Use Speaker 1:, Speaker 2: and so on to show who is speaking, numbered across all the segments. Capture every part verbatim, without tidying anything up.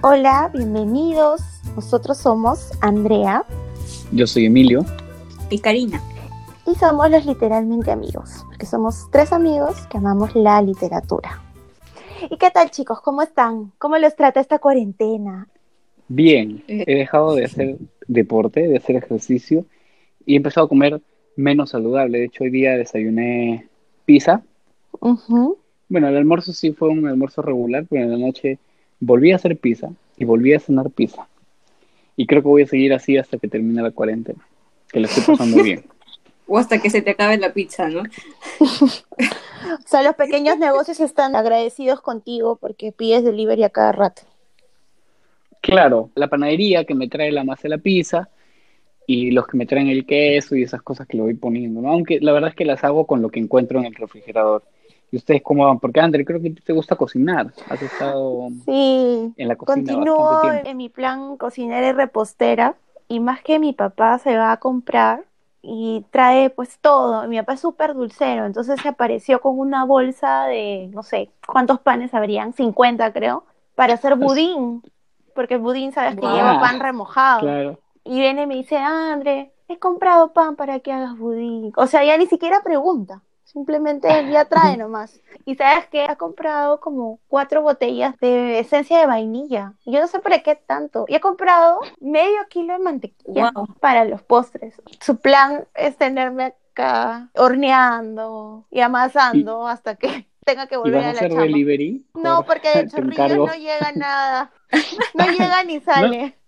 Speaker 1: Hola, bienvenidos. Nosotros somos Andrea
Speaker 2: Yo soy Emilio.
Speaker 3: Y Karina.
Speaker 1: y somos los literalmente amigos, porque somos tres amigos que amamos la literatura. ¿Y qué tal, chicos? ¿Cómo están? ¿Cómo los trata esta cuarentena?
Speaker 2: Bien,
Speaker 3: Eh,
Speaker 2: he dejado de hacer deporte, de hacer ejercicio y he empezado a comer menos saludable. De hecho, hoy día desayuné pizza.
Speaker 1: Ujú.
Speaker 2: Bueno, el almuerzo sí fue un almuerzo regular, pero en la noche volví a hacer pizza y volví a cenar pizza. Y creo que voy a seguir así hasta que termine la cuarentena, que la estoy pasando bien.
Speaker 3: O hasta que se te acabe la pizza, ¿no?
Speaker 1: O sea, los pequeños negocios están agradecidos contigo porque pides delivery a cada rato.
Speaker 2: Claro, la panadería que me trae la masa de la pizza y los que me traen el queso y esas cosas que le voy poniendo, ¿no? Aunque la verdad es que las hago con lo que encuentro en el refrigerador. ¿Y ustedes cómo van? Porque, André, creo que te gusta cocinar. Has estado
Speaker 1: Sí,
Speaker 2: en la cocina bastante
Speaker 1: continúo
Speaker 2: tiempo.
Speaker 1: en mi plan cocinera y repostera, y más que mi papá se va a comprar y trae pues todo. Mi papá es súper dulcero, entonces se apareció con una bolsa de no sé cuántos panes habrían, cincuenta creo, para hacer budín, porque el budín sabes que lleva
Speaker 3: Wow.
Speaker 1: pan
Speaker 2: Ah,
Speaker 1: remojado.
Speaker 2: claro.
Speaker 1: Y viene y me dice, "Ah, André, he comprado pan para que hagas budín". O sea, ya ni siquiera pregunta, simplemente él ya trae nomás. Y sabes que ha comprado como cuatro botellas de esencia de vainilla. Y yo no sé para qué tanto. Y ha comprado medio kilo de mantequilla
Speaker 3: Wow.
Speaker 1: para los postres. Su plan es tenerme acá horneando y
Speaker 2: ¿Y,
Speaker 1: amasando hasta que tenga que
Speaker 2: y
Speaker 1: volver
Speaker 2: vas a
Speaker 1: a la
Speaker 2: hacer
Speaker 1: chamba.
Speaker 2: delivery?
Speaker 1: No,
Speaker 2: Mejor
Speaker 1: porque de
Speaker 2: te
Speaker 1: Chorrillos no
Speaker 2: encargo.
Speaker 1: llega nada. No llega ni
Speaker 2: ¿No?
Speaker 1: sale.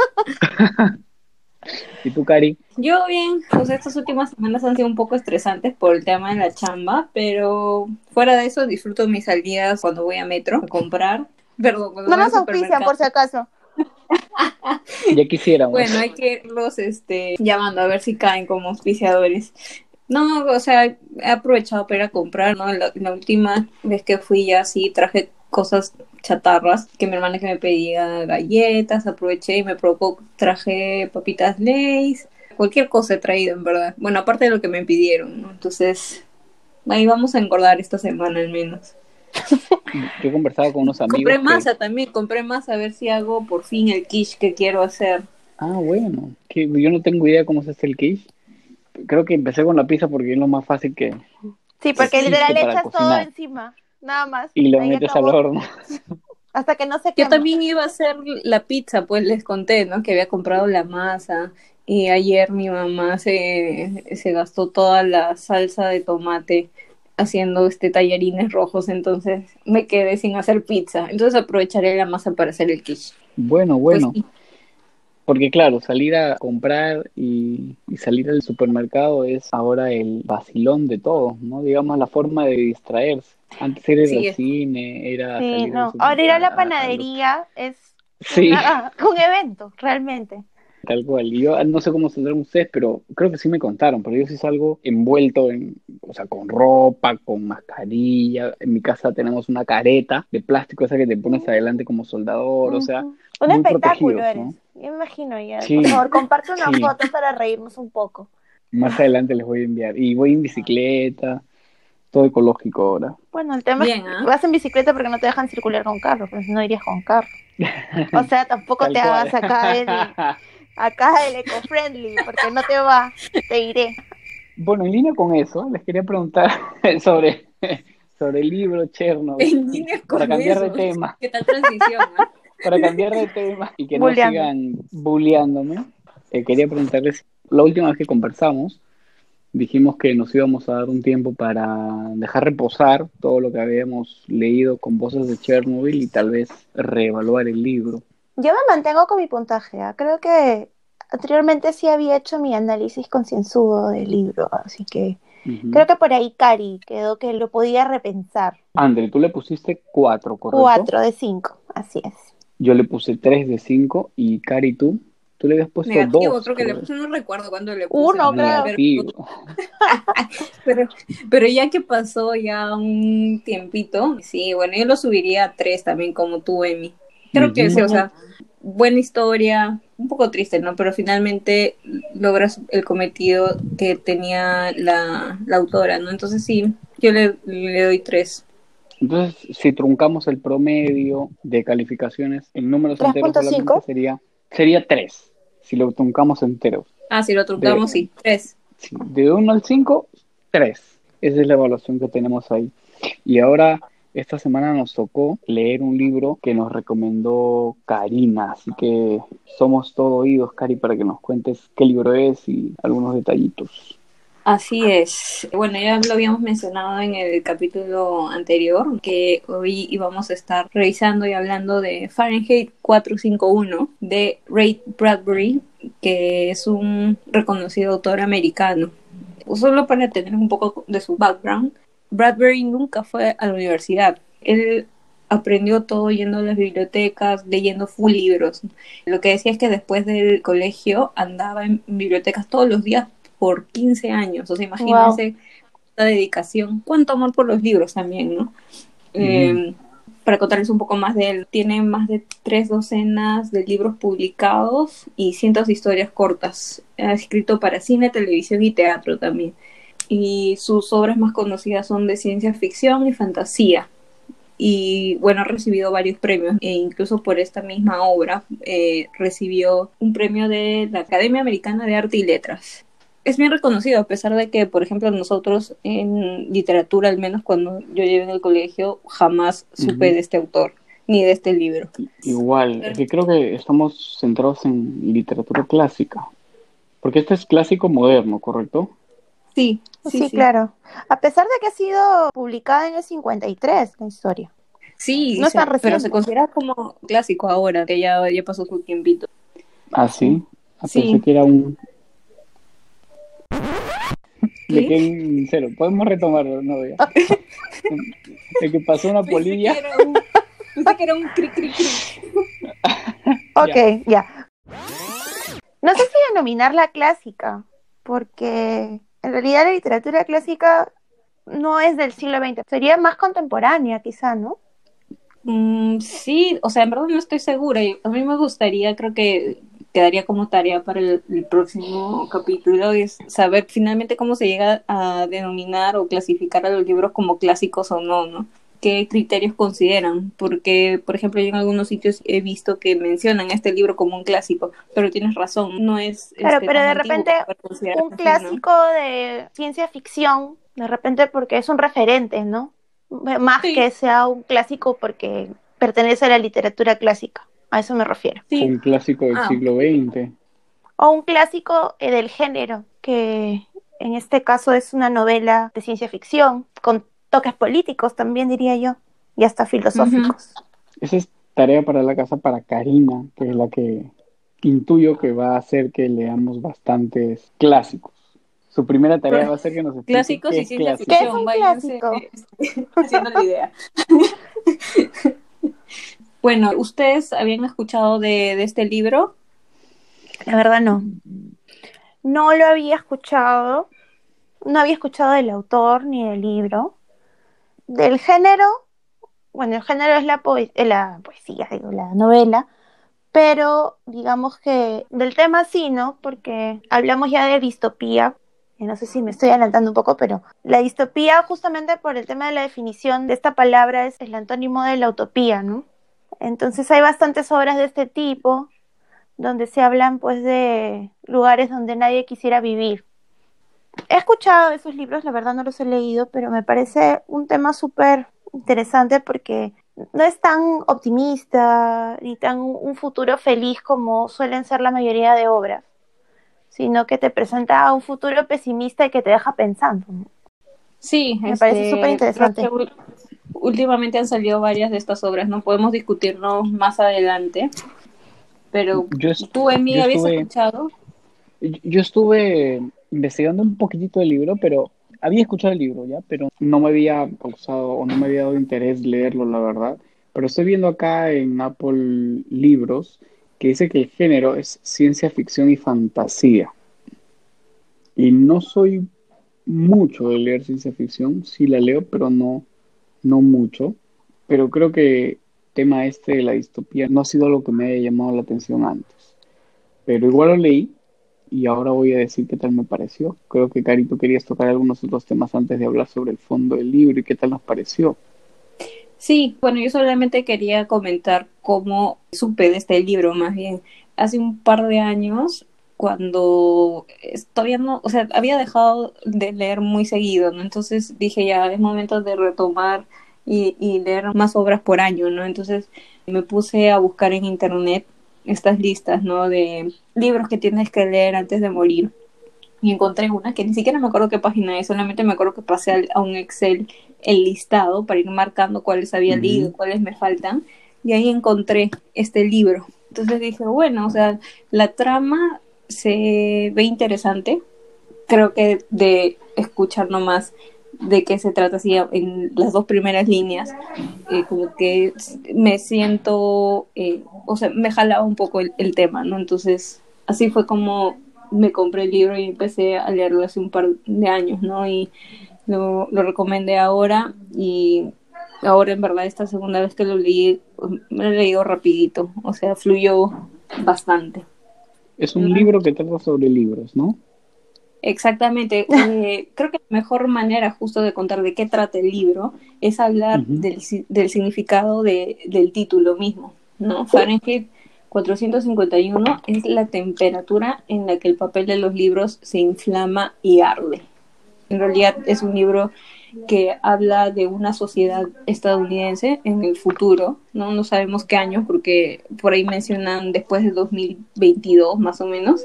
Speaker 2: ¿Y tú, Cari?
Speaker 3: Yo bien, pues estas últimas semanas han sido un poco estresantes por el tema de la chamba, pero fuera de eso disfruto mis salidas cuando voy a metro a comprar, perdón, cuando
Speaker 1: No
Speaker 3: voy al
Speaker 1: nos auspician
Speaker 3: supermercado.
Speaker 1: por si acaso.
Speaker 2: Ya quisiéramos.
Speaker 3: Bueno, hay que irlos este, llamando a ver si caen como auspiciadores. No, o sea, he aprovechado para ir a comprar, ¿no? La, la última vez que fui ya sí traje cosas chatarras que mi hermana que me pedía galletas, aproveché y me provocó, traje papitas Lay's, cualquier cosa he traído en verdad. Bueno, aparte de lo que me pidieron, ¿no? Entonces, ahí vamos a engordar esta semana al menos.
Speaker 2: Yo he conversado con unos
Speaker 3: Compré
Speaker 2: amigos que,
Speaker 3: masa también, compré masa a ver si hago por fin el quiche que quiero hacer.
Speaker 2: ah, bueno, que yo no tengo idea cómo se hace el quiche. Creo que empecé con la pizza porque es lo más fácil que
Speaker 1: Sí, porque
Speaker 2: existe
Speaker 1: literal le
Speaker 2: para
Speaker 1: echas todo
Speaker 2: cocinar.
Speaker 1: encima. Nada más.
Speaker 2: Y lo
Speaker 1: Ahí
Speaker 2: metes al
Speaker 1: acabó.
Speaker 2: horno.
Speaker 1: Hasta que no se
Speaker 3: Yo
Speaker 1: quema.
Speaker 3: también iba a hacer la pizza, pues les conté, ¿no? Que había comprado la masa y ayer mi mamá se, se gastó toda la salsa de tomate haciendo este tallarines rojos, entonces me quedé sin hacer pizza. Entonces aprovecharé la masa para hacer el quiche.
Speaker 2: Bueno,
Speaker 3: Pues
Speaker 2: bueno.
Speaker 3: sí,
Speaker 2: Porque claro, salir a comprar y, y salir al supermercado es ahora el vacilón de todos, ¿no? Digamos, la forma de distraerse. Antes era ir al
Speaker 3: sí, es-
Speaker 2: cine, era
Speaker 1: Sí,
Speaker 2: salir al
Speaker 1: no. Ahora ir a la
Speaker 2: supermercado.
Speaker 1: panadería es
Speaker 2: Sí,
Speaker 1: una, un evento, realmente.
Speaker 2: tal cual. Y yo ah, no sé cómo saldrán ustedes, pero creo que sí me contaron, pero yo sí salgo envuelto en, o sea, con ropa, con mascarilla. En mi casa tenemos una careta de plástico, esa que te pones adelante como soldador, o sea,
Speaker 1: Ujú. Un
Speaker 2: muy
Speaker 1: espectáculo
Speaker 2: protegidos,
Speaker 1: eres.
Speaker 2: ¿no?
Speaker 1: Yo me imagino ya. Por
Speaker 2: Sí,
Speaker 1: favor, comparte una
Speaker 2: sí.
Speaker 1: foto para reírnos un poco.
Speaker 2: Más adelante les voy a enviar. Y voy en bicicleta, todo ecológico ahora.
Speaker 1: Bueno, el tema es
Speaker 3: bien,
Speaker 1: que
Speaker 3: ¿ah?
Speaker 1: vas en bicicleta porque no te dejan circular con carro, pues no irías con carro. O sea, tampoco
Speaker 2: Tal
Speaker 1: te hagas
Speaker 2: cual.
Speaker 1: acá el, acá el eco-friendly, porque no te va, te iré.
Speaker 2: Bueno, en línea con eso, les quería preguntar sobre, sobre el libro Chernobyl,
Speaker 3: En línea
Speaker 2: para
Speaker 3: con
Speaker 2: cambiar de
Speaker 3: eso,
Speaker 2: tema,
Speaker 3: ¿qué tal transición, ah?
Speaker 2: para cambiar de tema y que no
Speaker 1: Bulleando.
Speaker 2: sigan bulleándome. Eh, quería preguntarles, la última vez que conversamos, dijimos que nos íbamos a dar un tiempo para dejar reposar todo lo que habíamos leído con voces de Chernobyl y tal vez reevaluar el libro.
Speaker 1: Yo me mantengo con mi puntaje, ¿ah? Creo que anteriormente sí había hecho mi análisis concienzudo del libro, así que creo
Speaker 2: Ujú.
Speaker 1: que por ahí Cari quedó que lo podía repensar.
Speaker 2: André, tú le pusiste cuatro, ¿correcto?
Speaker 1: Cuatro de cinco, así es.
Speaker 2: Yo le puse tres de cinco y Cari, tú, tú le habías puesto
Speaker 3: Negativo,
Speaker 2: dos,
Speaker 3: creo que le
Speaker 2: creo.
Speaker 3: puse, no recuerdo cuándo le puse,
Speaker 1: Uno, creo.
Speaker 3: pero,
Speaker 2: Negativo.
Speaker 3: pero, pero ya que pasó ya un tiempito, sí, bueno, yo lo subiría a tres también como tú, Emi. Creo que sí,
Speaker 2: Ujú.
Speaker 3: o
Speaker 1: Bueno,
Speaker 3: sea, buena historia, un poco triste, ¿no? Pero finalmente logras el cometido que tenía la, la autora, ¿no? Entonces sí, yo le, le doy tres.
Speaker 2: Entonces, si truncamos el promedio de calificaciones en números
Speaker 1: tres
Speaker 2: enteros
Speaker 1: punto
Speaker 2: solamente
Speaker 1: cinco
Speaker 2: sería, sería tres, si lo truncamos enteros.
Speaker 3: Ah, si lo
Speaker 2: De,
Speaker 3: truncamos, sí, tres.
Speaker 2: sí, de uno al cinco, tres. Esa es la evaluación que tenemos ahí. Y ahora, esta semana nos tocó leer un libro que nos recomendó Karina, así que somos todo oídos, Cari, para que nos cuentes qué libro es y algunos detallitos.
Speaker 3: Así es. Bueno, ya lo habíamos mencionado en el capítulo anterior, que hoy íbamos a estar revisando y hablando de Fahrenheit cuatrocientos cincuenta y uno de Ray Bradbury, que es un reconocido autor americano. Solo para tener un poco de su background, Bradbury nunca fue a la universidad. Él aprendió todo yendo a las bibliotecas, leyendo full libros. Lo que decía es que después del colegio andaba en bibliotecas todos los días por quince años. O sea,
Speaker 1: Wow.
Speaker 3: imagínense la dedicación, cuánto amor por los libros también, ¿no?
Speaker 2: Ujú.
Speaker 3: Eh, para contarles un poco más de él, tiene más de tres docenas de libros publicados y cientos de historias cortas. Ha escrito para cine, televisión y teatro también. Y sus obras más conocidas son de ciencia ficción y fantasía. Y bueno, ha recibido varios premios e incluso por esta misma obra eh, recibió un premio de la Academia Americana de Arte y Letras. Es bien reconocido, a pesar de que, por ejemplo, nosotros en literatura, al menos cuando yo llevé en el colegio, jamás supe
Speaker 2: Ujú.
Speaker 3: de este autor ni de este libro.
Speaker 2: Igual, es que creo que estamos centrados en literatura clásica, porque este es clásico moderno, ¿correcto?
Speaker 3: Sí, sí,
Speaker 1: Sí,
Speaker 3: sí.
Speaker 1: claro. A pesar de que ha sido publicada en el cincuenta y tres, la historia.
Speaker 3: Sí,
Speaker 1: No es tan
Speaker 3: se- pero se
Speaker 1: reciente.
Speaker 3: considera como clásico ahora, que ya, ya pasó su tiempito.
Speaker 2: Ah,
Speaker 1: Sí.
Speaker 2: sí. Ah, pensé
Speaker 3: Sí.
Speaker 2: que era un... Me
Speaker 3: ¿Qué?
Speaker 2: quedé en cero. Podemos retomarlo, no ya. De que pasó una
Speaker 3: Pensé que
Speaker 2: polilla.
Speaker 3: era un, pensé que era un cri cri cri.
Speaker 1: Ok,
Speaker 2: Ya.
Speaker 1: ya. No sé si denominarla clásica, porque en realidad la literatura clásica no es del siglo veinte, sería más contemporánea quizá, ¿no?
Speaker 3: Mm, sí, o sea, en verdad no estoy segura. Y a mí me gustaría, creo que quedaría como tarea para el, el próximo capítulo, es saber finalmente cómo se llega a denominar o clasificar a los libros como clásicos o no, ¿no? ¿Qué criterios consideran? Porque, por ejemplo, yo en algunos sitios he visto que mencionan este libro como un clásico, pero tienes razón, no es
Speaker 1: Claro,
Speaker 3: este
Speaker 1: pero
Speaker 3: tan
Speaker 1: de
Speaker 3: antiguo
Speaker 1: repente
Speaker 3: como para considerarse
Speaker 1: un
Speaker 3: así, ¿no?
Speaker 1: clásico de ciencia ficción, de repente porque es un referente, ¿no? Más
Speaker 3: Sí,
Speaker 1: que sea un clásico porque pertenece a la literatura clásica, a eso me refiero.
Speaker 2: O
Speaker 3: sí.
Speaker 2: un clásico del
Speaker 3: Ah,
Speaker 2: siglo veinte.
Speaker 1: O un clásico eh, del género, que en este caso es una novela de ciencia ficción, con toques políticos también diría yo, y hasta
Speaker 3: ujú.
Speaker 1: filosóficos.
Speaker 2: Esa es tarea para la casa para Karina, que es la que intuyo que va a hacer que leamos bastantes clásicos. Su primera tarea va a ser que nos explique
Speaker 3: Clásicos
Speaker 2: qué
Speaker 3: y
Speaker 2: es
Speaker 3: ciencia
Speaker 1: ¿Qué
Speaker 2: clásico.
Speaker 1: es
Speaker 3: ficción,
Speaker 1: un
Speaker 3: váyanse
Speaker 1: clásico?
Speaker 3: haciendo la idea. Bueno, ¿ustedes habían escuchado de, de este libro?
Speaker 1: La verdad no. No lo había escuchado, no había escuchado del autor ni del libro. Del género, bueno, el género es la, poe- eh, la poesía, digo, la novela, pero digamos que del tema sí, ¿no? Porque hablamos ya de distopía, y no sé si me estoy adelantando un poco, pero la distopía justamente por el tema de la definición de esta palabra es el antónimo de la utopía, ¿no? Entonces hay bastantes obras de este tipo donde se hablan pues de lugares donde nadie quisiera vivir. He escuchado esos libros, la verdad no los he leído, pero me parece un tema súper interesante porque no es tan optimista ni tan un futuro feliz como suelen ser la mayoría de obras, sino que te presenta un futuro pesimista y que te deja pensando.
Speaker 3: Sí,
Speaker 1: Me parece súper
Speaker 3: este, creo que
Speaker 1: interesante.
Speaker 3: ul- últimamente han salido varias de estas obras, no podemos discutirnos más adelante, pero
Speaker 2: Yo, es-
Speaker 3: tú, Emi,
Speaker 2: yo
Speaker 3: ¿habías
Speaker 2: estuve,
Speaker 3: escuchado?
Speaker 2: yo estuve investigando un poquitito el libro, pero había escuchado el libro ya, pero no me había causado o no me había dado interés leerlo, la verdad. Pero estoy viendo acá en Apple Libros que dice que el género es ciencia ficción y fantasía. Y no soy mucho de leer ciencia ficción, sí la leo, pero no, no mucho. Pero creo que el tema este de la distopía no ha sido algo que me haya llamado la atención antes. Pero igual lo leí y ahora voy a decir qué tal me pareció. Creo que, Cari, tú querías tocar algunos otros temas antes de hablar sobre el fondo del libro y qué tal nos pareció.
Speaker 3: Sí, bueno, yo solamente quería comentar cómo supe de este libro, más bien. Hace un par de años, cuando es- todavía no, o sea, había dejado de leer muy seguido, ¿no? Entonces dije ya, es momento de retomar y, y leer más obras por año, ¿no? Entonces me puse a buscar en internet estas listas, ¿no? De libros que tienes que leer antes de morir y encontré una que ni siquiera me acuerdo qué página es, solamente me acuerdo que pasé al- a un Excel el listado para ir marcando cuáles había leído,
Speaker 2: Ujú.
Speaker 3: cuáles me faltan, y ahí encontré este libro. Entonces dije, bueno, o sea, la trama se ve interesante, creo que de escuchar nomás de qué se trata así en las dos primeras líneas, eh, como que me siento, eh, o sea, me jalaba un poco el, el tema, ¿no? Entonces, así fue como me compré el libro y empecé a leerlo hace un par de años, ¿no? Y lo, lo recomendé ahora y ahora en verdad esta segunda vez que lo leí, me lo he leído rapidito, o sea, fluyó bastante.
Speaker 2: Es un
Speaker 3: ¿No?
Speaker 2: libro que trata sobre libros, ¿no?
Speaker 3: Exactamente. Eh, creo que la mejor manera justo de contar de qué trata el libro es hablar
Speaker 2: Ujú.
Speaker 3: del, si- del significado de, del título mismo, ¿no? Fahrenheit cuatrocientos cincuenta y uno es la temperatura en la que el papel de los libros se inflama y arde. En realidad es un libro que habla de una sociedad estadounidense en el futuro, ¿no? No sabemos qué año, porque por ahí mencionan después de dos mil veintidós más o menos.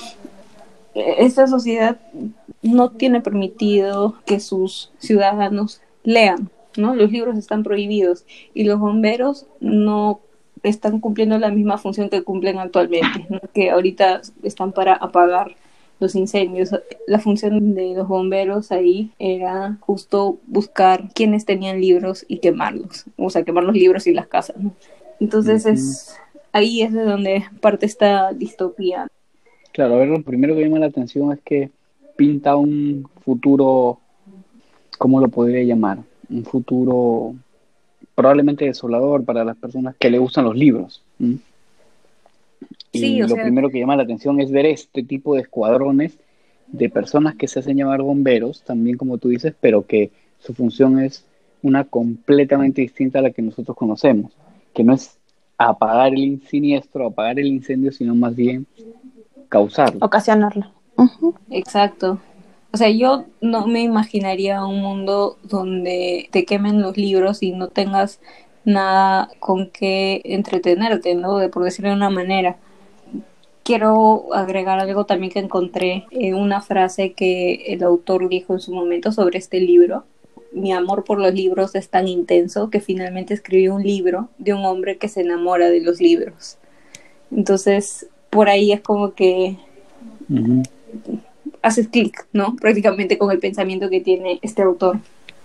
Speaker 3: Esta sociedad no tiene permitido que sus ciudadanos lean, ¿no? Los libros están prohibidos y los bomberos no están cumpliendo la misma función que cumplen actualmente, ¿no? Que ahorita están para apagar los incendios. La función de los bomberos ahí era justo buscar quienes tenían libros y quemarlos, o sea, quemar los libros y las casas, ¿no? Entonces
Speaker 2: Ujú.
Speaker 3: es ahí es de donde parte esta distopía.
Speaker 2: Claro, a ver, lo primero que llama la atención es que pinta un futuro, ¿cómo lo podría llamar? Un futuro probablemente desolador para las personas que le gustan los libros. ¿M?
Speaker 3: Sí,
Speaker 2: Y
Speaker 3: o
Speaker 2: lo
Speaker 3: sea,
Speaker 2: primero que llama la atención es ver este tipo de escuadrones de personas que se hacen llamar bomberos, también como tú dices, pero que su función es una completamente distinta a la que nosotros conocemos, que no es apagar el siniestro, apagar el incendio, sino más bien causarlo.
Speaker 1: Ocasionarlo. Ujú.
Speaker 3: exacto. O sea, yo no me imaginaría un mundo donde te quemen los libros y no tengas nada con qué entretenerte, ¿no? De por decirlo de una manera. Quiero agregar algo también que encontré en una frase que el autor dijo en su momento sobre este libro. Mi amor por los libros es tan intenso que finalmente escribió un libro de un hombre que se enamora de los libros. Entonces, por ahí es como que
Speaker 2: Ujú.
Speaker 3: haces clic, ¿no? Prácticamente con el pensamiento que tiene este autor.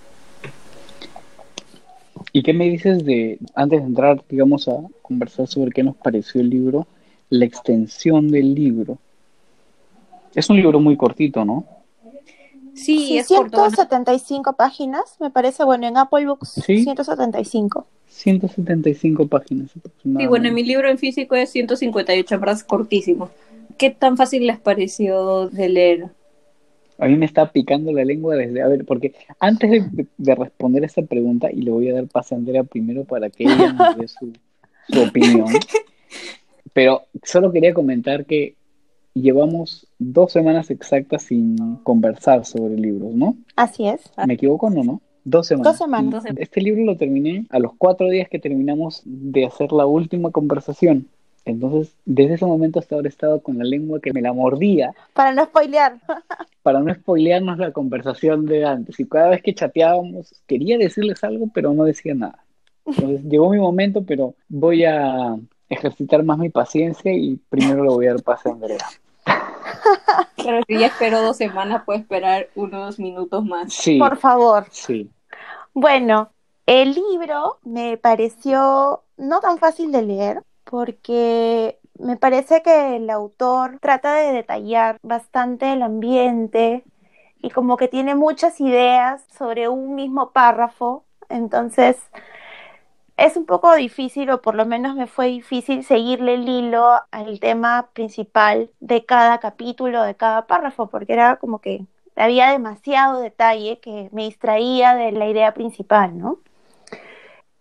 Speaker 2: ¿Y qué me dices de, antes de entrar, digamos, a conversar sobre qué nos pareció el libro, la extensión del libro? Es un libro muy cortito, ¿no?
Speaker 3: Sí,
Speaker 1: Sí,
Speaker 3: es corto.
Speaker 1: ciento
Speaker 3: Bueno,
Speaker 1: setenta y cinco páginas, me parece, bueno, en Apple Books
Speaker 2: Sí,
Speaker 1: ciento setenta y cinco.
Speaker 2: ciento setenta y cinco páginas
Speaker 3: sí, bueno, mi
Speaker 2: aproximadamente.
Speaker 3: libro en físico es ciento cincuenta y ocho, en verdad es cortísimo. ¿Qué tan fácil les pareció de leer?
Speaker 2: A mí me está picando la lengua desde, a ver, porque antes de, de responder esta pregunta, y le voy a dar paso a Andrea primero para que ella nos dé su, su opinión, pero solo quería comentar que llevamos dos semanas exactas sin conversar sobre libros, ¿no?
Speaker 1: Así es.
Speaker 2: ¿Me equivoco o no, no? Dos
Speaker 1: Dos
Speaker 2: semanas. Y
Speaker 1: semanas.
Speaker 3: Entonces,
Speaker 2: este libro lo terminé a los cuatro días que terminamos de hacer la última conversación. Entonces, desde ese momento hasta ahora he estado con la lengua que me la mordía
Speaker 1: Para no spoilear.
Speaker 2: para no spoilearnos la conversación de antes. Y cada vez que chateábamos, quería decirles algo, pero no decía nada. Entonces, llegó mi momento, pero voy a ejercitar más mi paciencia y primero le voy a dar pase a Andrea.
Speaker 3: claro, si ya espero dos semanas, puedo esperar unos minutos más.
Speaker 1: Por
Speaker 2: Sí,
Speaker 1: favor.
Speaker 2: sí.
Speaker 1: Bueno, el libro me pareció no tan fácil de leer porque me parece que el autor trata de detallar bastante el ambiente y como que tiene muchas ideas sobre un mismo párrafo. Entonces es un poco difícil, o por lo menos me fue difícil seguirle el hilo al tema principal de cada capítulo, de cada párrafo, porque era como que había demasiado detalle que me distraía de la idea principal, ¿no?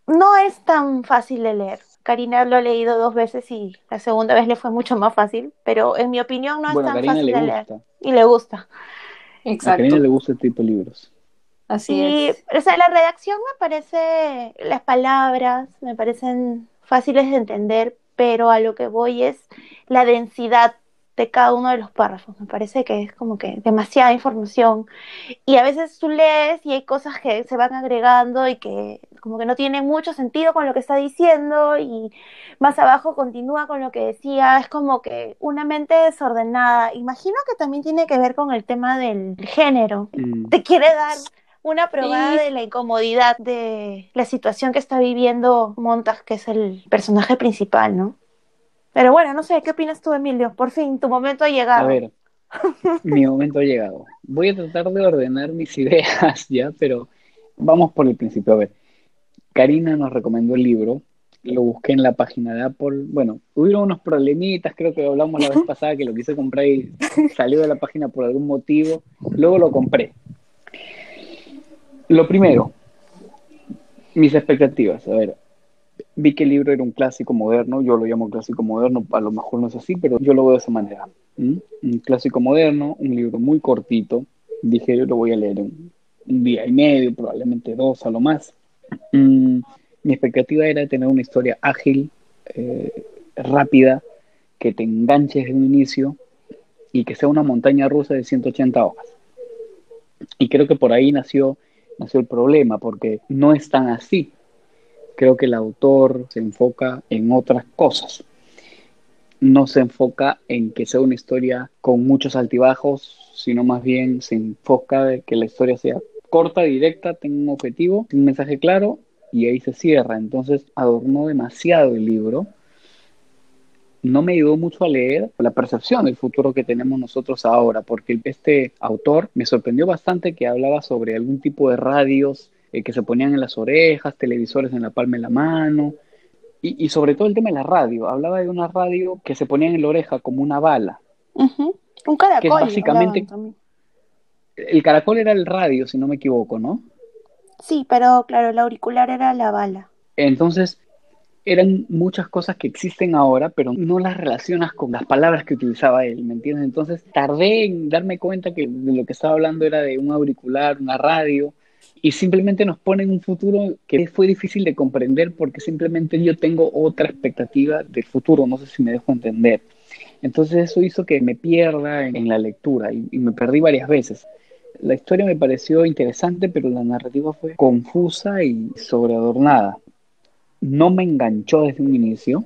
Speaker 1: No es tan fácil de leer. Karina lo ha leído dos veces y la segunda vez le fue mucho más fácil, pero en mi opinión no es
Speaker 2: Bueno, a
Speaker 1: tan
Speaker 2: Karina
Speaker 1: fácil
Speaker 2: le
Speaker 1: de leer
Speaker 2: gusta.
Speaker 1: y le gusta.
Speaker 2: A Karina
Speaker 3: Exacto,
Speaker 2: le gusta este tipo de libros.
Speaker 3: así
Speaker 1: Y,
Speaker 3: es.
Speaker 1: o sea, la redacción me parece, las palabras me parecen fáciles de entender, pero a lo que voy es la densidad de cada uno de los párrafos. Me parece que es como que demasiada información. Y a veces tú lees y hay cosas que se van agregando y que como que no tienen mucho sentido con lo que está diciendo y más abajo continúa con lo que decía. Es como que una mente desordenada. Imagino que también tiene que ver con el tema del género.
Speaker 2: Mm,
Speaker 1: Te quiere dar una probada
Speaker 3: Sí,
Speaker 1: de la incomodidad de la situación que está viviendo Montag, que es el personaje principal, ¿no? Pero bueno, no sé, ¿qué opinas tú, Emilio? Por fin, tu momento ha
Speaker 2: a
Speaker 1: llegado.
Speaker 2: ver, mi momento ha llegado. Voy a tratar de ordenar mis ideas ya, pero vamos por el principio. A ver, Karina nos recomendó el libro, lo busqué en la página de Apple. Bueno, hubieron unos problemitas, creo que hablamos la vez pasada que lo quise comprar y salió de la página por algún motivo. Luego lo compré. Lo primero, mis expectativas. A ver, vi que el libro era un clásico moderno, yo lo llamo clásico moderno, a lo mejor no es así, pero yo lo veo de esa manera. ¿Mm? Un clásico moderno, un libro muy cortito. Dije, yo lo voy a leer en un día y medio, probablemente dos a lo más. Mm, Mi expectativa era tener una historia ágil, eh, rápida, que te enganche desde un inicio y que sea una montaña rusa de ciento ochenta hojas. Y creo que por ahí nació, nació el problema, porque no es tan así. Creo que el autor se enfoca en otras cosas. No se enfoca en que sea una historia con muchos altibajos, sino más bien se enfoca en que la historia sea corta, directa, tenga un objetivo, un mensaje claro y ahí se cierra. Entonces adornó demasiado el libro. No me ayudó mucho a leer la percepción del futuro que tenemos nosotros ahora, porque este autor me sorprendió bastante que hablaba sobre algún tipo de radios eh, que se ponían en las orejas, televisores en la palma de la mano, y, y sobre todo el tema de la radio. Hablaba de una radio que se ponía en la oreja como una bala,
Speaker 1: Ujú. Un
Speaker 2: que es
Speaker 1: caracol hablaban
Speaker 2: básicamente,
Speaker 1: también.
Speaker 2: el caracol era el radio, si no me equivoco, ¿no?
Speaker 1: Sí, pero claro, el auricular era la bala.
Speaker 2: Entonces, eran muchas cosas que existen ahora, pero no las relacionas con las palabras que utilizaba él, ¿me entiendes? Entonces, tardé en darme cuenta que de lo que estaba hablando era de un auricular, una radio, y simplemente nos pone en un futuro que fue difícil de comprender porque simplemente yo tengo otra expectativa del futuro, no sé si me dejo entender. Entonces eso hizo que me pierda en, en la lectura y, y me perdí varias veces. La historia me pareció interesante, pero la narrativa fue confusa y sobreadornada. No me enganchó desde un inicio.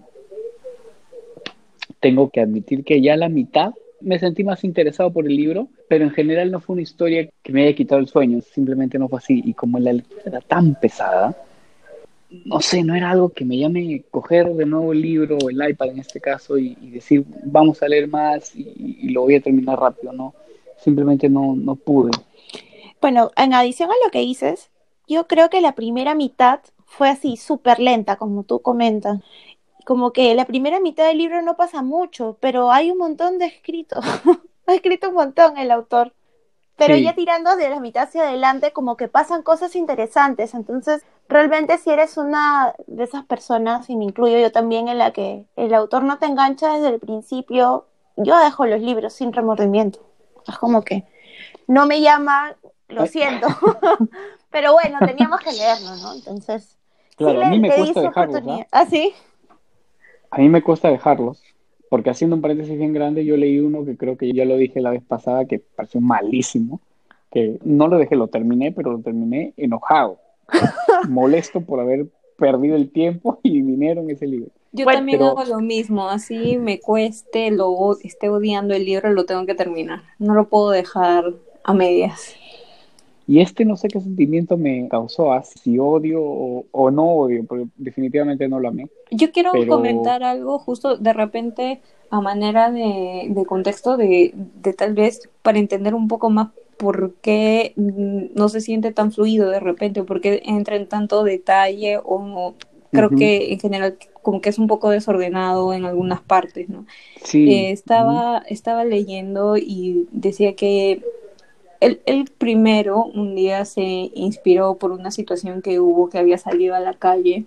Speaker 2: Tengo que admitir que ya a la mitad me sentí más interesado por el libro, pero en general no fue una historia que me haya quitado el sueño, simplemente no fue así. Y como la lectura era tan pesada, no sé, no era algo que me llame coger de nuevo el libro o el iPad en este caso y, y decir, vamos a leer más y, y lo voy a terminar rápido, no. Simplemente no, no pude.
Speaker 1: Bueno, en adición a lo que dices, yo creo que la primera mitad fue así, súper lenta, como tú comentas. Como que la primera mitad del libro no pasa mucho, pero hay un montón de escritos. Ha escrito un montón el autor. Pero ya
Speaker 2: Sí,
Speaker 1: tirando de la mitad hacia adelante, como que pasan cosas interesantes. Entonces, realmente si eres una de esas personas, y me incluyo yo también, en la que el autor no te engancha desde el principio, yo dejo los libros sin remordimiento. Es como que no me llama, lo
Speaker 2: ay,
Speaker 1: siento. Pero bueno, teníamos que leerlo, ¿no? Entonces, sí
Speaker 2: claro, a mí
Speaker 1: le,
Speaker 2: me
Speaker 1: le di
Speaker 2: cuesta
Speaker 1: su
Speaker 2: dejarlos, ¿ah?
Speaker 1: oportunidad. ¿Ah, sí?
Speaker 2: A mí me cuesta dejarlos, porque haciendo un paréntesis bien grande, yo leí uno que creo que ya lo dije la vez pasada, que pareció malísimo, que no lo dejé, lo terminé, pero lo terminé enojado, molesto por haber perdido el tiempo y dinero en ese libro.
Speaker 3: yo
Speaker 1: Bueno,
Speaker 3: también
Speaker 2: Pero
Speaker 3: hago lo mismo, así me cueste, lo o- esté odiando el libro, lo tengo que terminar. No lo puedo dejar a medias.
Speaker 2: y este no sé qué sentimiento me causó, ah, si odio o, o no odio, porque definitivamente no lo amé,
Speaker 3: Yo quiero
Speaker 2: pero
Speaker 3: comentar algo justo de repente a manera de, de contexto, de, de tal vez para entender un poco más por qué mm, no se siente tan fluido de repente, por qué entra en tanto detalle o creo
Speaker 2: ujú,
Speaker 3: que en general como que es un poco desordenado en algunas partes, ¿no? Eh,
Speaker 2: sí, ujú,
Speaker 3: estaba, estaba leyendo y decía que Él, él primero un día se inspiró por una situación que hubo, que había salido a la calle,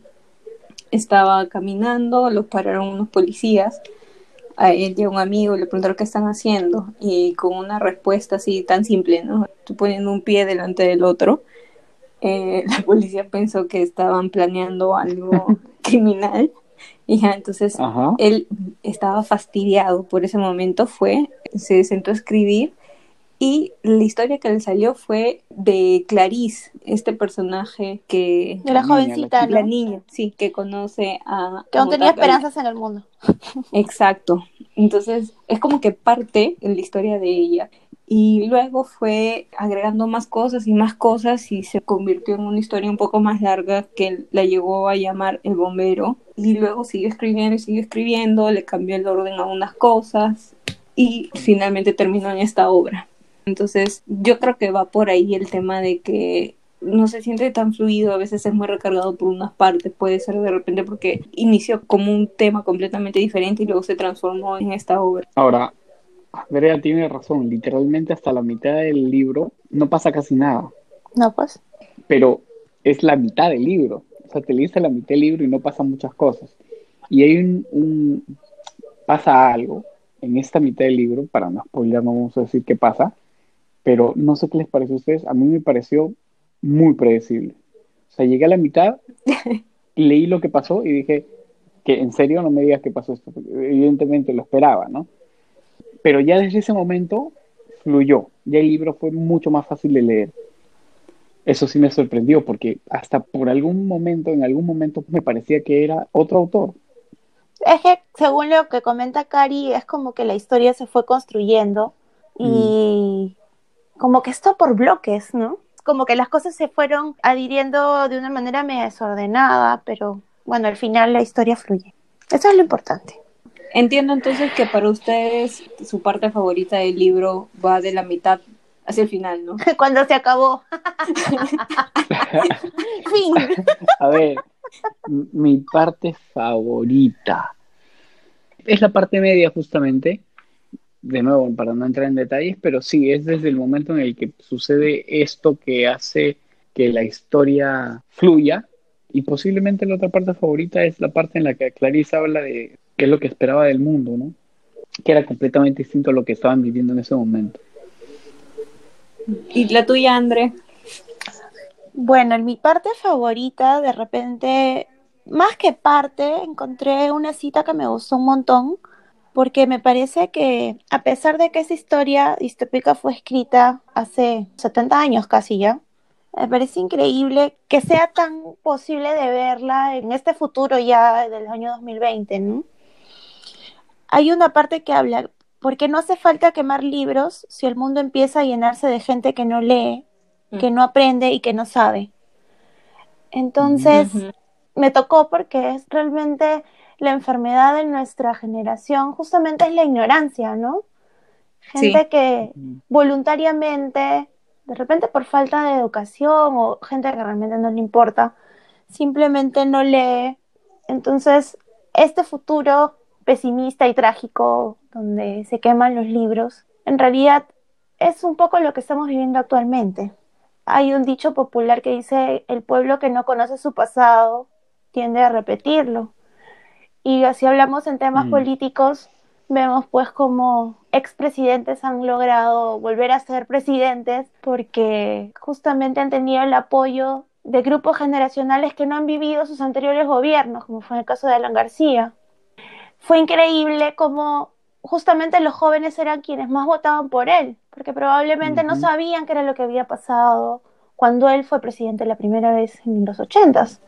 Speaker 3: estaba caminando, lo pararon unos policías, a él y a un amigo le preguntaron qué están haciendo y con una respuesta así tan simple, ¿no? Tú poniendo un pie delante del otro, eh, la policía pensó que estaban planeando algo criminal y ya entonces
Speaker 2: Ajá.
Speaker 3: él estaba fastidiado por ese momento, fue, se sentó a escribir y la historia que le salió fue de Clarice, este personaje que,
Speaker 1: De la
Speaker 2: La niña, la
Speaker 1: jovencita,
Speaker 2: chica.
Speaker 3: la
Speaker 1: ¿no?
Speaker 3: niña, sí, que conoce a
Speaker 1: Que aún tenía
Speaker 3: Motaka.
Speaker 1: esperanzas en el mundo.
Speaker 3: Exacto. Entonces, es como que parte en la historia de ella. Y luego fue agregando más cosas y más cosas y se convirtió en una historia un poco más larga que la llegó a llamar El Bombero. Y luego siguió escribiendo y siguió escribiendo, le cambió el orden a unas cosas y finalmente terminó en esta obra. Entonces, yo creo que va por ahí el tema de que no se siente tan fluido, a veces es muy recargado por unas partes, puede ser de repente porque inició como un tema completamente diferente y luego se transformó en esta obra.
Speaker 2: Ahora, Andrea tiene razón, literalmente hasta la mitad del libro no pasa casi nada,
Speaker 1: No, pues.
Speaker 2: pero es la mitad del libro. O sea, te lees la mitad del libro y no pasan muchas cosas. Y hay un, un- pasa algo en esta mitad del libro, para no spoiler, no vamos a decir qué pasa, pero no sé qué les parece a ustedes, a mí me pareció muy predecible. O sea, llegué a la mitad, leí lo que pasó y dije que en serio no me digas qué pasó esto, porque evidentemente lo esperaba, ¿no? Pero ya desde ese momento fluyó, ya el libro fue mucho más fácil de leer. Eso sí me sorprendió porque hasta por algún momento, en algún momento me parecía que era otro autor.
Speaker 1: Es que, según lo que comenta Cari, es como que la historia se fue construyendo
Speaker 2: Mm.
Speaker 1: y como que esto por bloques, ¿no? Como que las cosas se fueron adhiriendo de una manera medio desordenada, pero bueno, al final la historia fluye. Eso es lo importante.
Speaker 3: Entiendo entonces que para ustedes su parte favorita del libro va de la mitad hacia el final, ¿no?
Speaker 1: Cuando se acabó. Fin.
Speaker 2: A ver, m- mi parte favorita es la parte media justamente, de nuevo, para no entrar en detalles, pero sí, es desde el momento en el que sucede esto que hace que la historia fluya. Y posiblemente la otra parte favorita es la parte en la que Clarice habla de qué es lo que esperaba del mundo, ¿no? Que era completamente distinto a lo que estaban viviendo en ese momento.
Speaker 3: ¿Y la tuya, André?
Speaker 1: Bueno, en mi parte favorita, de repente, más que parte, encontré una cita que me gustó un montón, porque me parece que, a pesar de que esa historia distópica fue escrita hace setenta años casi ya, me parece increíble que sea tan posible de verla en este futuro ya del año dos mil veinte, ¿no? Hay una parte que habla, porque no hace falta quemar libros si el mundo empieza a llenarse de gente que no lee, que no aprende y que no sabe.
Speaker 2: Ujú.
Speaker 1: Entonces,
Speaker 3: Uh-huh.
Speaker 1: me tocó porque es realmente la enfermedad de nuestra generación, justamente es la ignorancia, ¿no?
Speaker 3: Sí.
Speaker 1: Gente que
Speaker 2: Ujú.
Speaker 1: voluntariamente, de repente por falta de educación o gente que realmente no le importa, simplemente no lee. Entonces, este futuro pesimista y trágico donde se queman los libros, en realidad es un poco lo que estamos viviendo actualmente. Hay un dicho popular que dice, el pueblo que no conoce su pasado tiende a repetirlo. Y así hablamos en temas
Speaker 2: Mm.
Speaker 1: políticos, vemos pues como expresidentes han logrado volver a ser presidentes porque justamente han tenido el apoyo de grupos generacionales que no han vivido sus anteriores gobiernos, como fue en el caso de Alan García. Fue increíble como justamente los jóvenes eran quienes más votaban por él, porque probablemente no
Speaker 2: Ujú.
Speaker 1: sabían qué era lo que había pasado cuando él fue presidente la primera vez en los ochentas.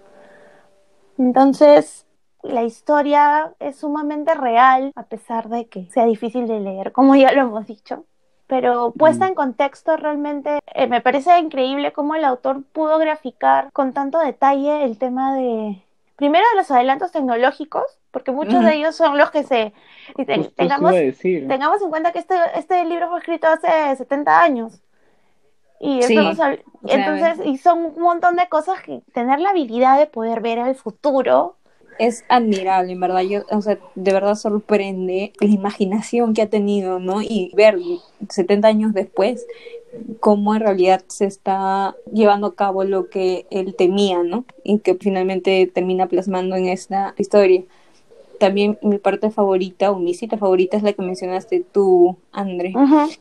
Speaker 1: Entonces, la historia es sumamente real, a pesar de que sea difícil de leer, como ya lo hemos dicho. Pero puesta
Speaker 2: Mm.
Speaker 1: en contexto, realmente eh, me parece increíble cómo el autor pudo graficar con tanto detalle el tema de, primero, de los adelantos tecnológicos, porque muchos de
Speaker 3: Uh-huh.
Speaker 1: ellos son los que se... y te-
Speaker 2: Justo eso iba a
Speaker 1: tengamos,
Speaker 2: decir.
Speaker 1: tengamos en cuenta que este, este libro fue escrito hace setenta años. Y estamos
Speaker 3: Sí.
Speaker 1: al-
Speaker 3: O sea,
Speaker 1: entonces, y son un montón de cosas que tener la habilidad de poder ver al futuro
Speaker 3: es admirable, en verdad. Yo, o sea, de verdad sorprende la imaginación que ha tenido, ¿no? Y ver setenta años después cómo en realidad se está llevando a cabo lo que él temía, ¿no? Y que finalmente termina plasmando en esta historia. También mi parte favorita, o mi cita favorita, es la que mencionaste tú, André.
Speaker 1: Uh-huh.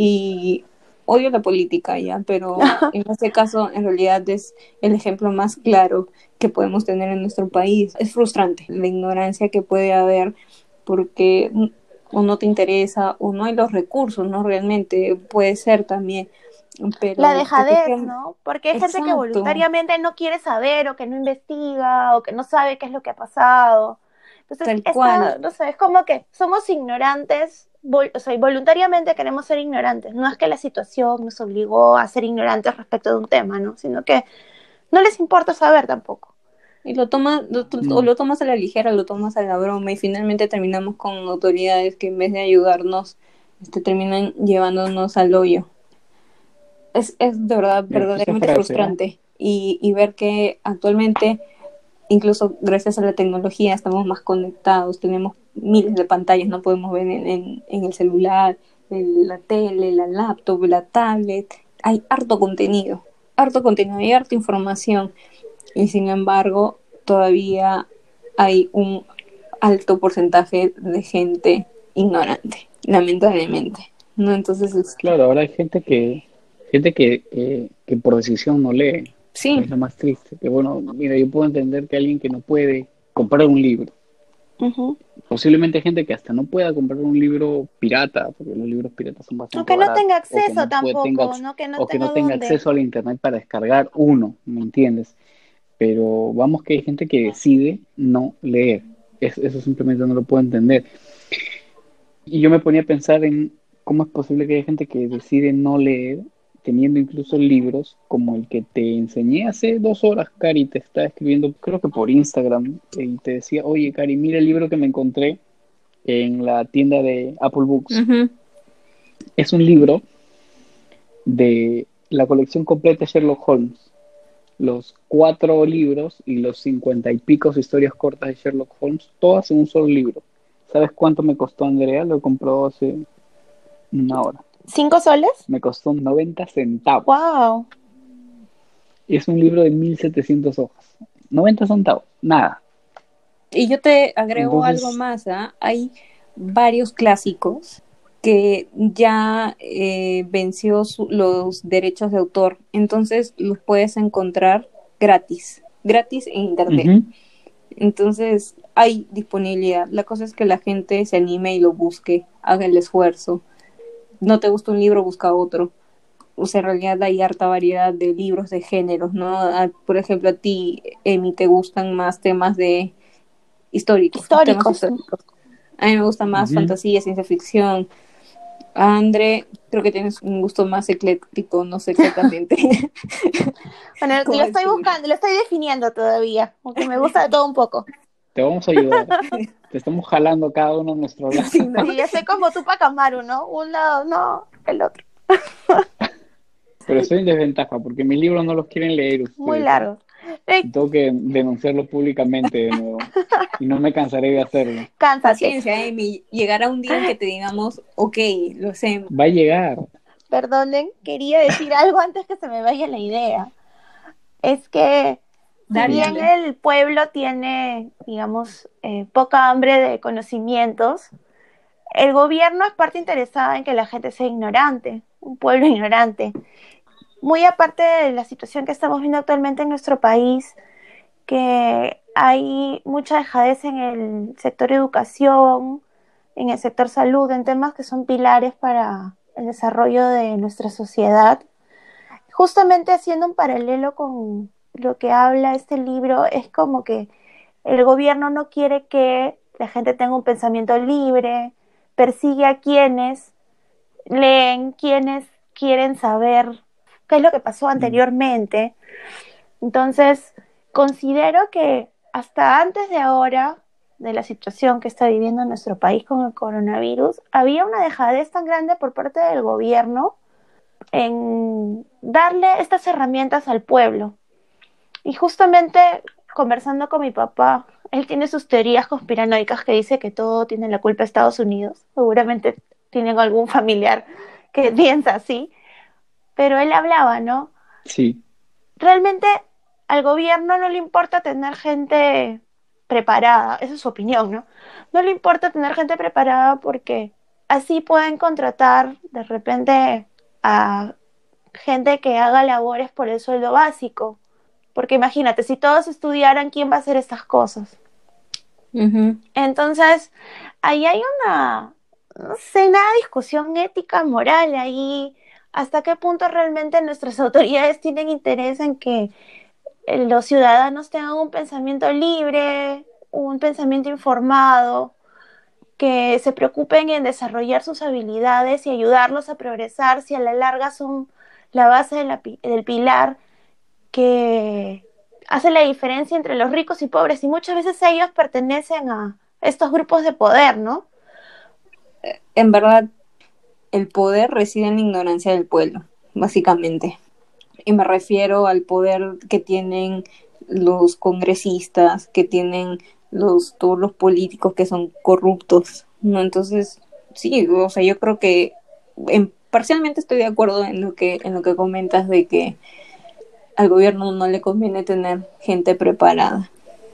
Speaker 3: Y odio la política ya, pero en este caso en realidad es el ejemplo más claro que podemos tener en nuestro país. Es frustrante la ignorancia que puede haber porque o no te interesa o no hay los recursos, ¿no? Realmente puede ser también,
Speaker 1: La
Speaker 3: pero
Speaker 1: dejadez, ¿no? Porque hay gente que
Speaker 3: exacto,
Speaker 1: voluntariamente no quiere saber o que no investiga o que no sabe qué es lo que ha pasado. Entonces,
Speaker 3: tal
Speaker 1: esta,
Speaker 3: cual.
Speaker 1: no sé, es como que somos ignorantes, vol- o sea, y voluntariamente queremos ser ignorantes. No es que la situación nos obligó a ser ignorantes respecto de un tema, ¿no? Sino que no les importa saber tampoco.
Speaker 3: Y lo tomas, lo, o
Speaker 2: Mm.
Speaker 3: lo tomas a la ligera, lo tomas a la broma y finalmente terminamos con autoridades que en vez de ayudarnos, este, terminan llevándonos al hoyo. Es, es de verdad
Speaker 2: Me gustó esa
Speaker 3: verdaderamente
Speaker 2: frase, ¿ah?
Speaker 3: frustrante y, y ver que actualmente, incluso gracias a la tecnología, estamos más conectados, tenemos miles de pantallas, no podemos ver en, en, en el celular, en la tele, la laptop, la tablet, hay harto contenido, harto contenido, hay harta información y sin embargo todavía hay un alto porcentaje de gente ignorante, lamentablemente, ¿no? Entonces, este,
Speaker 2: Claro, ahora hay gente que, gente que, que, que por decisión no lee.
Speaker 3: sí,
Speaker 2: Es lo más triste. Que bueno, mira, yo puedo entender que alguien que no puede comprar un libro,
Speaker 1: Uh-huh.
Speaker 2: posiblemente hay gente que hasta no pueda comprar un libro pirata, porque los libros piratas son bastante
Speaker 1: Aunque no tenga
Speaker 2: baratos, o que
Speaker 1: acceso
Speaker 2: no puede, tenga,
Speaker 1: tampoco,
Speaker 2: acc-
Speaker 1: ¿no? Que no
Speaker 2: o que
Speaker 1: tenga
Speaker 2: no tenga
Speaker 1: dónde.
Speaker 2: acceso al internet para descargar uno, ¿me entiendes? Pero vamos que hay gente que decide no leer. Es- eso simplemente no lo puedo entender. Y yo me ponía a pensar en cómo es posible que haya gente que decide no leer, teniendo incluso libros como el que te enseñé hace dos horas, Cari, te estaba escribiendo, creo que por Instagram, y te decía, oye, Cari, mira el libro que me encontré en la tienda de Apple Books.
Speaker 3: uh-huh.
Speaker 2: Es un libro de la colección completa de Sherlock Holmes, los cuatro libros y los cincuenta y pico historias cortas de Sherlock Holmes, todas en un solo libro. ¿Sabes cuánto me costó, Andrea? Lo compró hace una hora.
Speaker 1: ¿Cinco soles?
Speaker 2: Me costó noventa centavos.
Speaker 1: ¡Wow!
Speaker 2: Es un libro de mil setecientas hojas. noventa centavos, nada.
Speaker 3: Y yo te agrego algo
Speaker 2: Entonces,
Speaker 3: más, ¿ah? Hay varios clásicos que ya eh, venció su- los derechos de autor, entonces los puedes encontrar gratis, gratis en internet.
Speaker 2: ujú,
Speaker 3: Entonces hay disponibilidad. La cosa es que la gente se anime y lo busque, haga el esfuerzo. No te gusta un libro, busca otro. O sea, en realidad hay harta variedad de libros de géneros, ¿no? Ah, por ejemplo, a ti, Emi, te gustan más temas de históricos, temas
Speaker 1: Históricos.
Speaker 3: históricos. A mí me gusta más
Speaker 2: ujú.
Speaker 3: fantasía, ciencia ficción. André, creo que tienes un gusto más ecléctico, no sé exactamente
Speaker 1: Bueno,
Speaker 3: cómo
Speaker 1: lo estoy
Speaker 3: decirlo.
Speaker 1: buscando, lo estoy definiendo todavía, porque me gusta de todo un poco.
Speaker 2: Te vamos a ayudar. Te estamos jalando cada uno a nuestro lado.
Speaker 3: Sí, ¿no?
Speaker 1: Sí, estoy como Tupac Amaru, ¿no? Un lado, no, el otro.
Speaker 2: Pero estoy en desventaja porque mis libros no los quieren leer
Speaker 1: Muy
Speaker 2: ustedes, ¿ah?
Speaker 1: largo. Eh,
Speaker 2: Y tengo que denunciarlo públicamente de nuevo. Y no me cansaré de hacerlo.
Speaker 1: cánsate.
Speaker 3: Paciencia, Emi. Llegará un día en que te digamos, ok, lo hacemos.
Speaker 2: Va a llegar.
Speaker 1: Perdonen, quería decir algo antes que se me vaya la idea. Es que si
Speaker 3: Dale,
Speaker 1: bien
Speaker 3: dale.
Speaker 1: el pueblo tiene, digamos, eh, poca hambre de conocimientos, el gobierno es parte interesada en que la gente sea ignorante, un pueblo ignorante. Muy aparte de la situación que estamos viendo actualmente en nuestro país, que hay mucha dejadez en el sector educación, en el sector salud, en temas que son pilares para el desarrollo de nuestra sociedad. Justamente haciendo un paralelo con lo que habla este libro, es como que el gobierno no quiere que la gente tenga un pensamiento libre, persigue a quienes leen, quienes quieren saber qué es lo que pasó
Speaker 2: Mm.
Speaker 1: anteriormente. Entonces, considero que hasta antes de ahora, de la situación que está viviendo nuestro país con el coronavirus, había una dejadez tan grande por parte del gobierno en darle estas herramientas al pueblo. Y justamente conversando con mi papá Él tiene sus teorías conspiranoicas que dice que todo tiene la culpa Estados Unidos. Seguramente tienen algún familiar que piensa así. Pero él hablaba, ¿no?
Speaker 2: Sí,
Speaker 1: Realmente al gobierno no le importa tener gente preparada, esa es su opinión, ¿no? No le importa tener gente preparada porque así pueden contratar de repente a gente que haga labores por el sueldo básico. Porque imagínate, si todos estudiaran, ¿quién va a hacer estas cosas?
Speaker 3: Ujú.
Speaker 1: Entonces, ahí hay una, no sé, una discusión ética, moral, ahí, hasta qué punto realmente nuestras autoridades tienen interés en que eh, los ciudadanos tengan un pensamiento libre, un pensamiento informado, que se preocupen en desarrollar sus habilidades y ayudarlos a progresar, si a la larga son la base de la, del pilar que hace la diferencia entre los ricos y pobres, y muchas veces ellos pertenecen a estos grupos de poder, ¿no?
Speaker 3: En verdad, el poder reside en la ignorancia del pueblo, básicamente. Y me refiero al poder que tienen los congresistas, que tienen los, todos los políticos que son corruptos, ¿no? Entonces, sí, o sea, yo creo que en, parcialmente estoy de acuerdo en lo que, en lo que comentas de que al gobierno no le conviene tener gente preparada.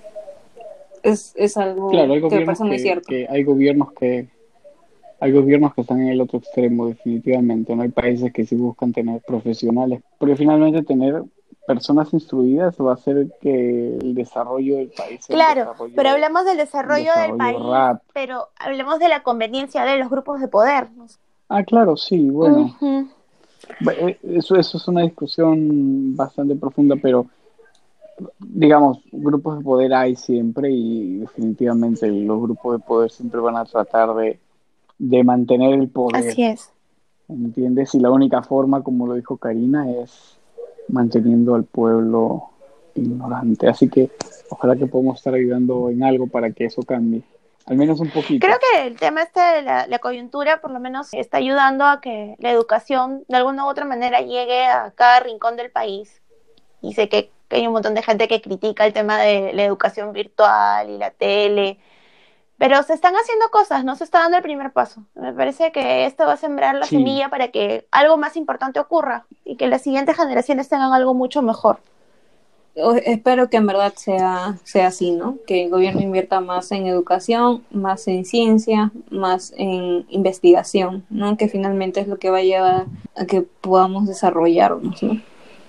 Speaker 3: Es, es
Speaker 2: claro,
Speaker 3: algo
Speaker 2: hay
Speaker 3: que me
Speaker 2: gobiernos
Speaker 3: parece muy
Speaker 2: que,
Speaker 3: cierto.
Speaker 2: que hay gobiernos que hay gobiernos que están en el otro extremo, definitivamente. No hay países que sí buscan tener profesionales, porque finalmente tener personas instruidas va a hacer que el desarrollo del país sea un
Speaker 1: Claro, pero
Speaker 2: desarrollo,
Speaker 1: hablamos del
Speaker 2: un
Speaker 1: desarrollo del
Speaker 2: desarrollo
Speaker 1: país,
Speaker 2: rápido.
Speaker 1: pero hablemos de la conveniencia de los grupos de poder, ¿no?
Speaker 2: Ah, claro, sí, bueno,
Speaker 1: Uh-huh.
Speaker 2: bu- eh, eso, eso es una discusión bastante profunda, pero digamos, grupos de poder hay siempre y definitivamente los grupos de poder siempre van a tratar de, de mantener el poder,
Speaker 1: Así es.
Speaker 2: ¿entiendes? Y la única forma, como lo dijo Karina, es manteniendo al pueblo ignorante. Así que ojalá que podamos estar ayudando en algo para que eso cambie, al menos un
Speaker 1: Creo
Speaker 2: poquito.
Speaker 1: que el tema este de la, la coyuntura por lo menos está ayudando a que la educación de alguna u otra manera llegue a cada rincón del país. Y sé que, que hay un montón de gente que critica el tema de la educación virtual y la tele, pero se están haciendo cosas, no se está dando el primer paso. Me parece que esto va a sembrar la
Speaker 2: Sí,
Speaker 1: semilla para que algo más importante ocurra y que las siguientes generaciones tengan algo mucho mejor.
Speaker 3: O- espero que en verdad sea, sea así, ¿no? Que el gobierno invierta más en educación, más en ciencia, más en investigación, ¿no? Que finalmente es lo que va a llevar a que podamos desarrollarnos, ¿no?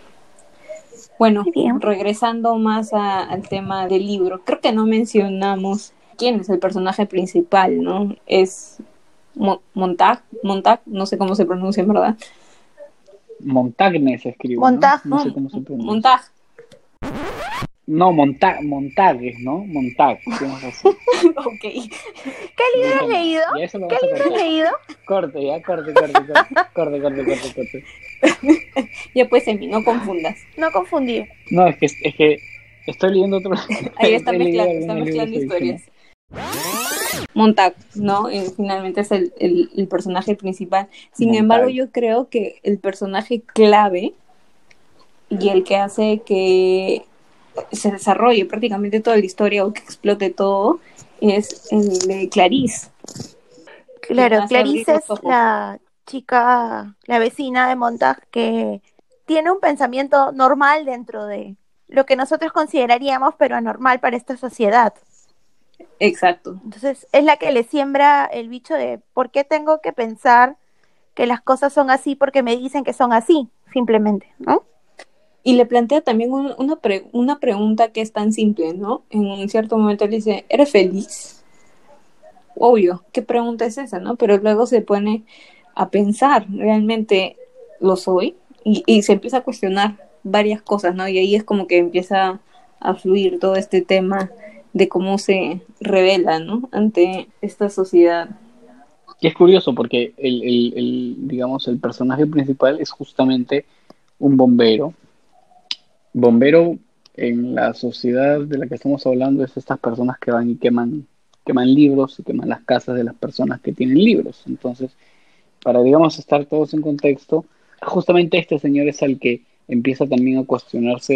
Speaker 3: Bueno,
Speaker 1: Muy bien.
Speaker 3: regresando más a- al tema del libro, creo que no mencionamos quién es el personaje principal, ¿no? Es Mo- Montag, Montag, no sé cómo se pronuncia en verdad.
Speaker 2: Montagne se escribe, ¿no?
Speaker 1: Montag.
Speaker 2: No sé
Speaker 3: No,
Speaker 2: cómo se pronuncia.
Speaker 3: Montag,
Speaker 2: No, Monta Montague, ¿no? Montag, tienes razón.
Speaker 3: ok.
Speaker 1: ¿Qué
Speaker 2: No
Speaker 1: libro
Speaker 2: dije
Speaker 1: has
Speaker 2: nada.
Speaker 1: leído?
Speaker 2: Y eso lo
Speaker 1: ¿Qué
Speaker 2: vamos a
Speaker 1: libro has
Speaker 2: cortar.
Speaker 1: leído?
Speaker 2: Corte, ya, corte, corte, corte. Corte, corte, corte, corte.
Speaker 3: Ya pues, Emi, no confundas.
Speaker 1: No confundí.
Speaker 2: No, es que, es que estoy leyendo otro.
Speaker 3: Ahí está
Speaker 2: He leído
Speaker 3: mezclando, está
Speaker 2: algunos libros
Speaker 3: mezclando
Speaker 2: adicionales.
Speaker 3: historias. Montag, ¿no? Eh, finalmente es el, el, el personaje principal. Sin embargo,
Speaker 2: Montag.
Speaker 3: yo creo que el personaje clave y el que hace que se desarrolle prácticamente toda la historia o que explote todo es el de Clarice, quien
Speaker 1: Claro,
Speaker 3: hace abrir
Speaker 1: Clarice
Speaker 3: los
Speaker 1: es
Speaker 3: ojos.
Speaker 1: la chica, la vecina de Montag que tiene un pensamiento normal dentro de lo que nosotros consideraríamos, pero anormal para esta sociedad.
Speaker 3: Exacto.
Speaker 1: Entonces, es la que le siembra el bicho de por qué tengo que pensar que las cosas son así porque me dicen que son así, simplemente, ¿no?
Speaker 3: Y le plantea también un, una, pre, una pregunta que es tan simple, ¿no? En un cierto momento le dice, ¿eres feliz? Obvio, ¿qué pregunta es esa, no? Pero luego se pone a pensar, ¿realmente lo soy? Y, y se empieza a cuestionar varias cosas, ¿no? Y ahí es como que empieza a fluir todo este tema de cómo se revela, ¿no? Ante esta sociedad.
Speaker 2: Y es curioso porque el, el, el, digamos, el personaje principal es justamente un bombero. Bombero en la sociedad de la que estamos hablando es estas personas que van y queman, queman libros y queman las casas de las personas que tienen libros. Entonces, para, digamos, estar todos en contexto, justamente este señor es el que empieza también a cuestionarse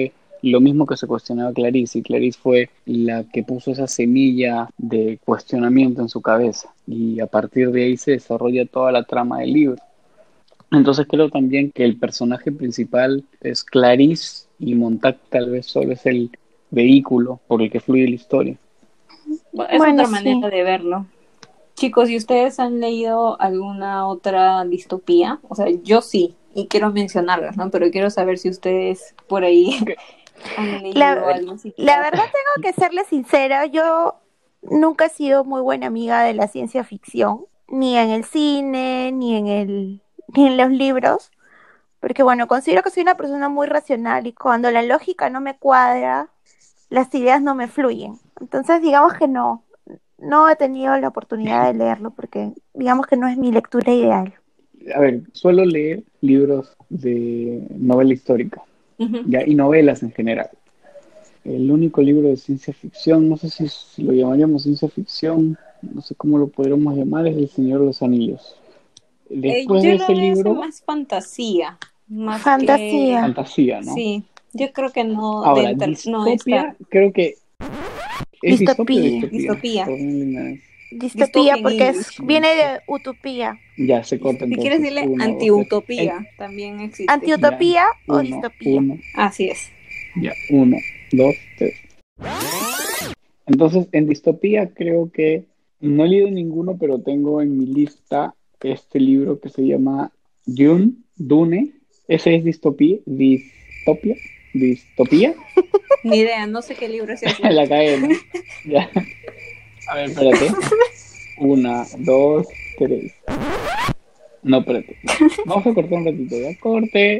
Speaker 2: lo mismo que se cuestionaba Clarice, y Clarice fue la que puso esa semilla de cuestionamiento en su cabeza, y a partir de ahí se desarrolla toda la trama del libro. Entonces creo también que el personaje principal es Clarice y Montag tal vez solo es el vehículo por el que fluye la historia.
Speaker 3: Bueno, es
Speaker 1: Bueno,
Speaker 3: otra
Speaker 1: sí.
Speaker 3: manera de verlo. Chicos, ¿y ustedes han leído alguna otra distopía? O sea, yo sí, y quiero mencionarlas, ¿no? Pero quiero saber si ustedes por ahí
Speaker 2: Ok.
Speaker 3: han leído
Speaker 1: La,
Speaker 3: algo así que
Speaker 1: la
Speaker 3: ya...
Speaker 1: verdad tengo que serle sincera, yo nunca he sido muy buena amiga de la ciencia ficción, ni en el cine, ni en el, ni en los libros, porque bueno, considero que soy una persona muy racional y cuando la lógica no me cuadra, las ideas no me fluyen. Entonces, digamos que no, no he tenido la oportunidad de leerlo porque digamos que no es mi lectura ideal.
Speaker 2: A ver, suelo leer libros de novela histórica,
Speaker 3: Ujú.
Speaker 2: ya, y novelas en general. El único libro de ciencia ficción, no sé si, si lo llamaríamos ciencia ficción, no sé cómo lo podríamos llamar, es El Señor de los Anillos.
Speaker 3: Eh,
Speaker 2: Después
Speaker 3: yo
Speaker 2: de
Speaker 3: lo
Speaker 2: ese
Speaker 3: veo eso
Speaker 2: libro,
Speaker 3: más fantasía, más que...
Speaker 1: Fantasía.
Speaker 2: fantasía, ¿no?
Speaker 3: Sí, yo creo que no,
Speaker 2: Ahora,
Speaker 3: dentro, no está
Speaker 2: distopia, creo que es distopia o
Speaker 1: Distopía.
Speaker 2: distopía.
Speaker 3: distopía,
Speaker 2: Perdón, Lina.
Speaker 1: Distopía
Speaker 3: distopia en
Speaker 1: porque es,
Speaker 3: English.
Speaker 1: viene de utopía.
Speaker 2: Ya se
Speaker 3: Y
Speaker 2: corta
Speaker 3: si quieres
Speaker 2: entonces.
Speaker 3: decirle
Speaker 2: Uno, dos, tres. En-
Speaker 3: antiutopía, también existe.
Speaker 2: ya,
Speaker 1: Antiutopía o
Speaker 2: uno,
Speaker 1: distopía.
Speaker 2: uno,
Speaker 3: Así es.
Speaker 2: ya, uno, dos, tres. Entonces, en distopía creo que no he leído ninguno, pero tengo en mi lista este libro que se llama Dune, Dune. Ese es distopía, distopia, distopía.
Speaker 3: Ni idea, no sé qué libro es ese.
Speaker 2: La cagué, ¿no? Ya. A ver, espérate. Una, dos, tres. No, espérate. Ya. Vamos a cortar un ratito, ¿ya? Corte.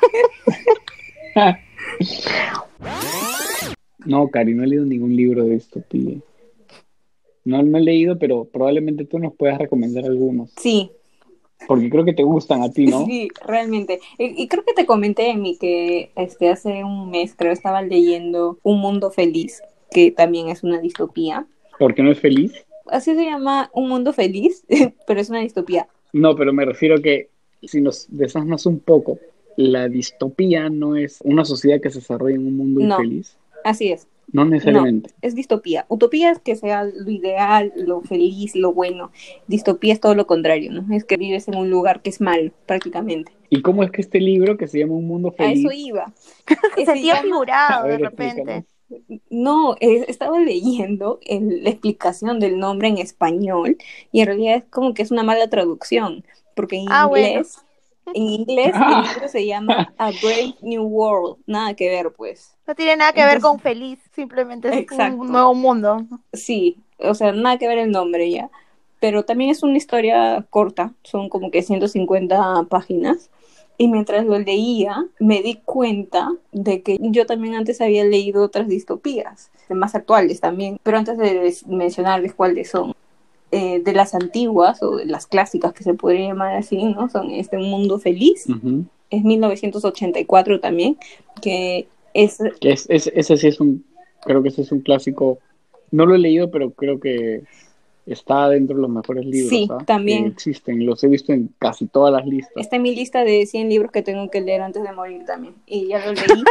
Speaker 2: No, Cari, no he leído ningún libro de distopía. No, no he leído, pero probablemente tú nos puedas recomendar algunos.
Speaker 3: Sí,
Speaker 2: Porque creo que te gustan a ti, ¿no?
Speaker 3: sí, realmente. Y, y creo que te comenté en mi que este, hace un mes creo estaba leyendo Un Mundo Feliz, que también es una distopía.
Speaker 2: Porque no es feliz.
Speaker 3: Así se llama Un Mundo Feliz, pero es una distopía.
Speaker 2: No, pero me refiero que si nos desasnas un poco, la distopía no es una sociedad que se desarrolla en un mundo
Speaker 3: No,
Speaker 2: infeliz.
Speaker 3: así es.
Speaker 2: No
Speaker 3: No,
Speaker 2: necesariamente.
Speaker 3: es distopía. Utopía es que sea lo ideal, lo feliz, lo bueno. Distopía es todo lo contrario, ¿no? Es que vives en un lugar que es malo, prácticamente.
Speaker 2: ¿Y cómo es que este libro, que se llama Un Mundo
Speaker 3: A eso
Speaker 2: Feliz,
Speaker 3: iba. Eh, se
Speaker 1: Sentido
Speaker 3: llama,
Speaker 2: a
Speaker 1: figurado de
Speaker 2: ver, explícanos.
Speaker 1: repente.
Speaker 3: no, eh, estaba leyendo el- la explicación del nombre en español y en realidad es como que es una mala traducción, porque en
Speaker 1: Ah, bueno.
Speaker 3: inglés, en inglés el
Speaker 2: Ah,
Speaker 3: libro se llama A Brave New World, nada que ver, pues.
Speaker 1: No tiene nada que ver
Speaker 3: Entonces,
Speaker 1: con feliz, simplemente es un
Speaker 3: exacto.
Speaker 1: nuevo mundo.
Speaker 3: Sí, o sea, nada que ver el nombre ya. Pero también es una historia corta, son como que ciento cincuenta páginas. Y mientras lo leía, me di cuenta de que yo también antes había leído otras distopías, más actuales también. Pero antes de mencionarles cuáles son, eh, de las antiguas o de las clásicas que se podría llamar así, ¿no? Son este Un Mundo Feliz,
Speaker 2: ujú.
Speaker 3: es mil novecientos ochenta y cuatro también, que es,
Speaker 2: Que es, es- ese sí es un, creo que ese es un clásico. No lo he leído, pero creo que está dentro de los mejores libros,
Speaker 3: sí,
Speaker 2: ¿ah? Que
Speaker 3: también
Speaker 2: existen. Los he visto en casi todas las listas.
Speaker 3: está en mi lista de cien libros que tengo que leer antes de morir también. Y ya lo leí.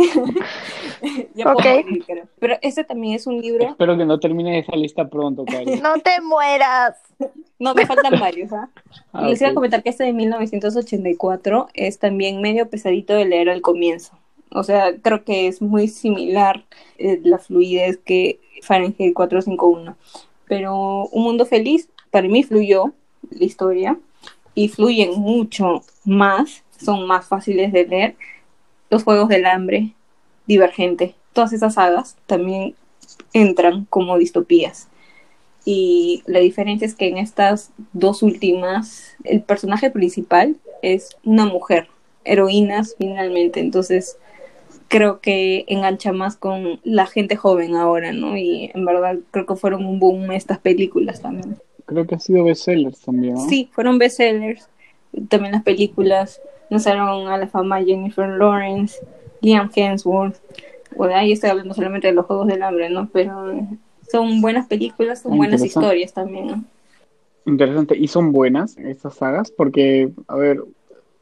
Speaker 3: Ya puedo
Speaker 1: Ok.
Speaker 3: morir, creo. Pero este también es un libro.
Speaker 2: Espero que no termine esa lista pronto, Cari.
Speaker 1: No te mueras.
Speaker 3: No, me faltan varios, ¿ah?
Speaker 2: Ah,
Speaker 3: Les
Speaker 2: ok.
Speaker 3: iba a comentar que este de mil novecientos ochenta y cuatro es también medio pesadito de leer al comienzo. O sea, creo que es muy similar eh, la fluidez que Fahrenheit cuatrocientos cincuenta y uno. Pero Un Mundo Feliz, para mí fluyó la historia y fluyen mucho más, son más fáciles de leer. Los Juegos del Hambre, Divergente, todas esas sagas también entran como distopías. Y la diferencia es que en estas dos últimas, el personaje principal es una mujer, heroínas finalmente, entonces creo que engancha más con la gente joven ahora, ¿no? Y en verdad creo que fueron un boom estas películas también.
Speaker 2: Creo que ha sido bestsellers también, ¿no?
Speaker 3: Sí, fueron bestsellers, también las películas lanzaron a la fama Jennifer Lawrence, Liam Hemsworth. Bueno, ahí estoy hablando solamente de los Juegos del Hambre, ¿no? Pero son buenas películas, son
Speaker 2: Ah,
Speaker 3: buenas
Speaker 2: interesante.
Speaker 3: historias también, ¿no?
Speaker 2: Interesante. ¿Y son buenas estas sagas? Porque, a ver,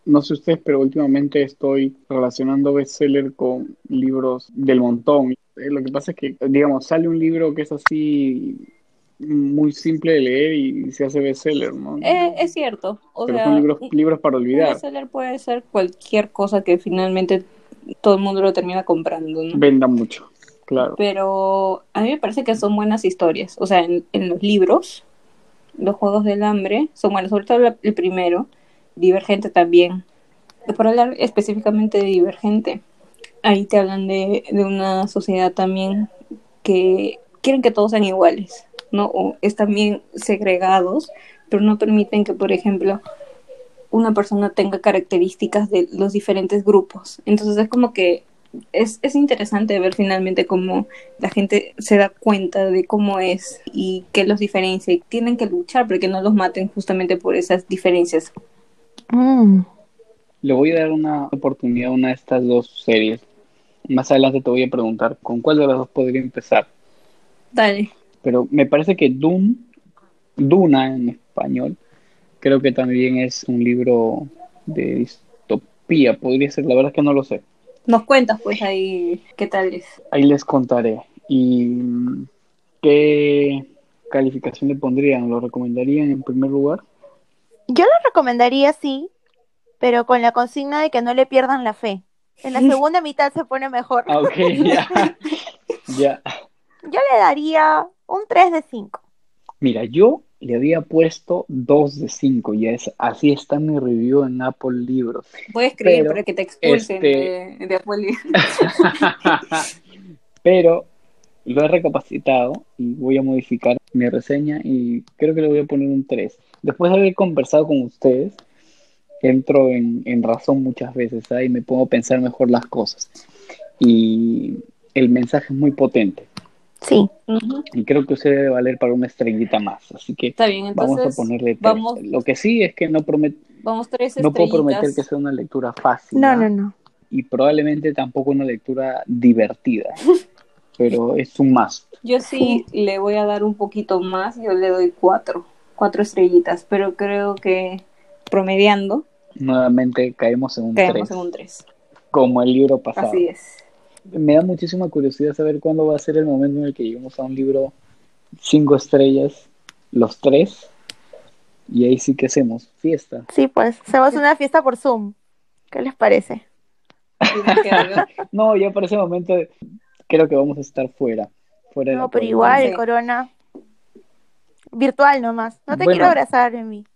Speaker 2: No sé ustedes, pero últimamente estoy relacionando bestseller con libros del montón. Eh, Lo que pasa es que, digamos, sale un libro que es así muy simple de leer y se hace bestseller, ¿no?
Speaker 3: Eh, es cierto, o
Speaker 2: Pero son
Speaker 3: sea,
Speaker 2: libros,
Speaker 3: un,
Speaker 2: libros para
Speaker 3: un
Speaker 2: olvidar.
Speaker 3: bestseller puede ser cualquier cosa que finalmente todo el mundo lo termina comprando, ¿no?
Speaker 2: Venda mucho, claro.
Speaker 3: Pero a mí me parece que son buenas historias. O sea, en, en los libros, los Juegos del Hambre son buenos, sobre todo la- el primero, Divergente también. Por hablar específicamente de Divergente, ahí te hablan de, de una sociedad también que quieren que todos sean iguales, ¿no? O están bien segregados, pero no permiten que, por ejemplo, una persona tenga características de los diferentes grupos. Entonces es como que es, es interesante ver finalmente cómo la gente se da cuenta de cómo es y qué los diferencia y tienen que luchar porque no los maten justamente por esas diferencias.
Speaker 1: Mm.
Speaker 2: Le voy a dar una oportunidad a una de estas dos series. Más adelante te voy a preguntar con cuál de las dos podría empezar.
Speaker 3: Dale.
Speaker 2: Pero me parece que Dune, Duna en español, creo que también es un libro de distopía. Podría ser, la verdad es que no lo sé.
Speaker 3: Nos cuentas pues ahí qué tal es.
Speaker 2: Ahí les contaré. ¿Y mm, qué calificación le pondrían? ¿Lo recomendarían en primer lugar?
Speaker 1: Yo lo recomendaría, sí, pero con la consigna de que no le pierdan la fe. En la segunda mitad se pone mejor.
Speaker 2: Ah, ok, ya, ya.
Speaker 1: Yo le daría un tres de cinco.
Speaker 2: Mira, yo le había puesto dos de cinco, ya es, así está mi review en Apple Libros.
Speaker 3: Voy a escribir para
Speaker 2: Pero,
Speaker 3: que te expulsen
Speaker 2: este,
Speaker 3: de, de Apple.
Speaker 2: pero lo he recapacitado y voy a modificar mi reseña y creo que le voy a poner un tres. Después de haber conversado con ustedes, entro en, en razón muchas veces, ¿ah? Y me pongo a pensar mejor las cosas. Y el mensaje es muy potente.
Speaker 1: Sí.
Speaker 3: Uh-huh.
Speaker 2: Y creo que se debe valer para una estrellita más. Así que
Speaker 3: Está bien,
Speaker 2: vamos a
Speaker 3: entonces
Speaker 2: ponerle tres.
Speaker 3: vamos,
Speaker 2: Lo que sí es que no, promet
Speaker 3: vamos tres
Speaker 2: no puedo prometer que
Speaker 3: estrellitas.
Speaker 2: sea una lectura fácil,
Speaker 1: No,
Speaker 2: ¿ah?
Speaker 1: no, no.
Speaker 2: Y probablemente tampoco una lectura divertida. Pero es un must.
Speaker 3: Yo
Speaker 1: Sí.
Speaker 3: sí le voy a dar un poquito más, yo le doy cuatro, cuatro estrellitas, pero creo que promediando
Speaker 2: Nuevamente caemos en un
Speaker 3: caemos en
Speaker 2: tres,
Speaker 3: un tres.
Speaker 2: como el libro pasado.
Speaker 3: Así es.
Speaker 2: Me da muchísima curiosidad saber cuándo va a ser el momento en el que lleguemos a un libro cinco estrellas, los tres, y ahí sí que hacemos fiesta.
Speaker 1: Sí, pues hacemos una fiesta por Zoom. ¿Qué les parece?
Speaker 3: Tienes que algo.
Speaker 2: No, ya para ese momento creo que vamos a estar fuera, fuera de la
Speaker 1: No, pero
Speaker 3: No
Speaker 1: igual el
Speaker 2: cuarentena.
Speaker 3: sé.
Speaker 1: corona virtual nomás. No te quiero
Speaker 2: Bueno,
Speaker 1: abrazar en mí.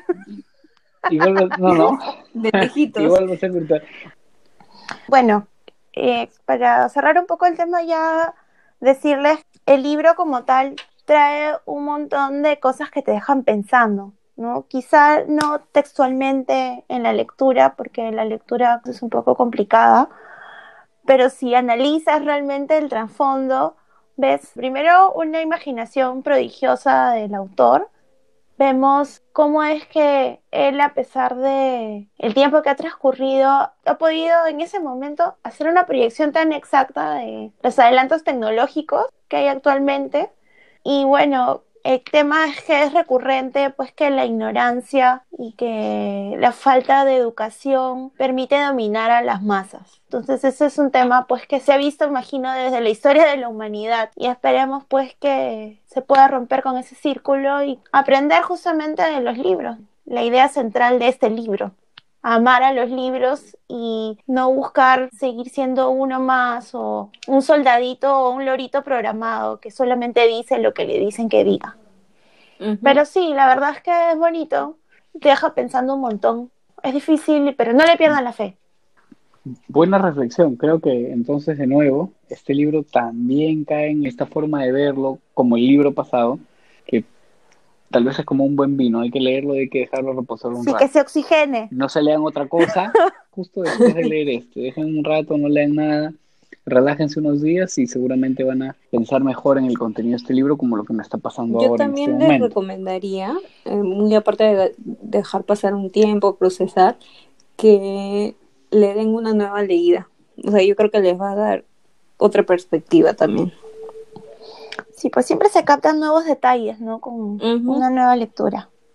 Speaker 2: igual, va- no, no,
Speaker 3: De lejitos.
Speaker 2: igual va a ser virtual.
Speaker 1: Bueno, eh, para cerrar un poco el tema ya, decirles, el libro como tal trae un montón de cosas que te dejan pensando, ¿no? Quizá no textualmente en la lectura, porque la lectura es un poco complicada, pero si analizas realmente el trasfondo, ves primero una imaginación prodigiosa del autor. Vemos cómo es que él, a pesar de el tiempo que ha transcurrido, ha podido en ese momento hacer una proyección tan exacta de los adelantos tecnológicos que hay actualmente. Y bueno, el tema es que es recurrente, pues que la ignorancia y que la falta de educación permite dominar a las masas. Entonces ese es un tema pues que se ha visto, imagino, desde la historia de la humanidad y esperemos pues que se pueda romper con ese círculo y aprender justamente de los libros. La idea central de este libro, amar a los libros y no buscar seguir siendo uno más o un soldadito o un lorito programado que solamente dice lo que le dicen que diga. Uh-huh. Pero sí, la verdad es que es bonito, te deja pensando un montón. Es difícil, pero no le pierdan la fe.
Speaker 2: Buena reflexión. Creo que entonces, de nuevo, este libro también cae en esta forma de verlo, como el libro pasado, que tal vez es como un buen vino, hay que leerlo, hay que dejarlo reposar un
Speaker 1: sí,
Speaker 2: rato.
Speaker 1: Que se oxigene.
Speaker 2: No se lean otra cosa justo después de leer este. Dejen un rato, no lean nada, relájense unos días y seguramente van a pensar mejor en el contenido de este libro, como lo que me está pasando
Speaker 3: Yo
Speaker 2: ahora en este
Speaker 3: también les
Speaker 2: momento.
Speaker 3: recomendaría, eh, muy aparte de dejar pasar un tiempo, procesar, que le den una nueva leída. O sea, yo creo que les va a dar otra perspectiva también.
Speaker 1: Sí, pues siempre se captan nuevos detalles, ¿no? Con uh-huh. una nueva lectura.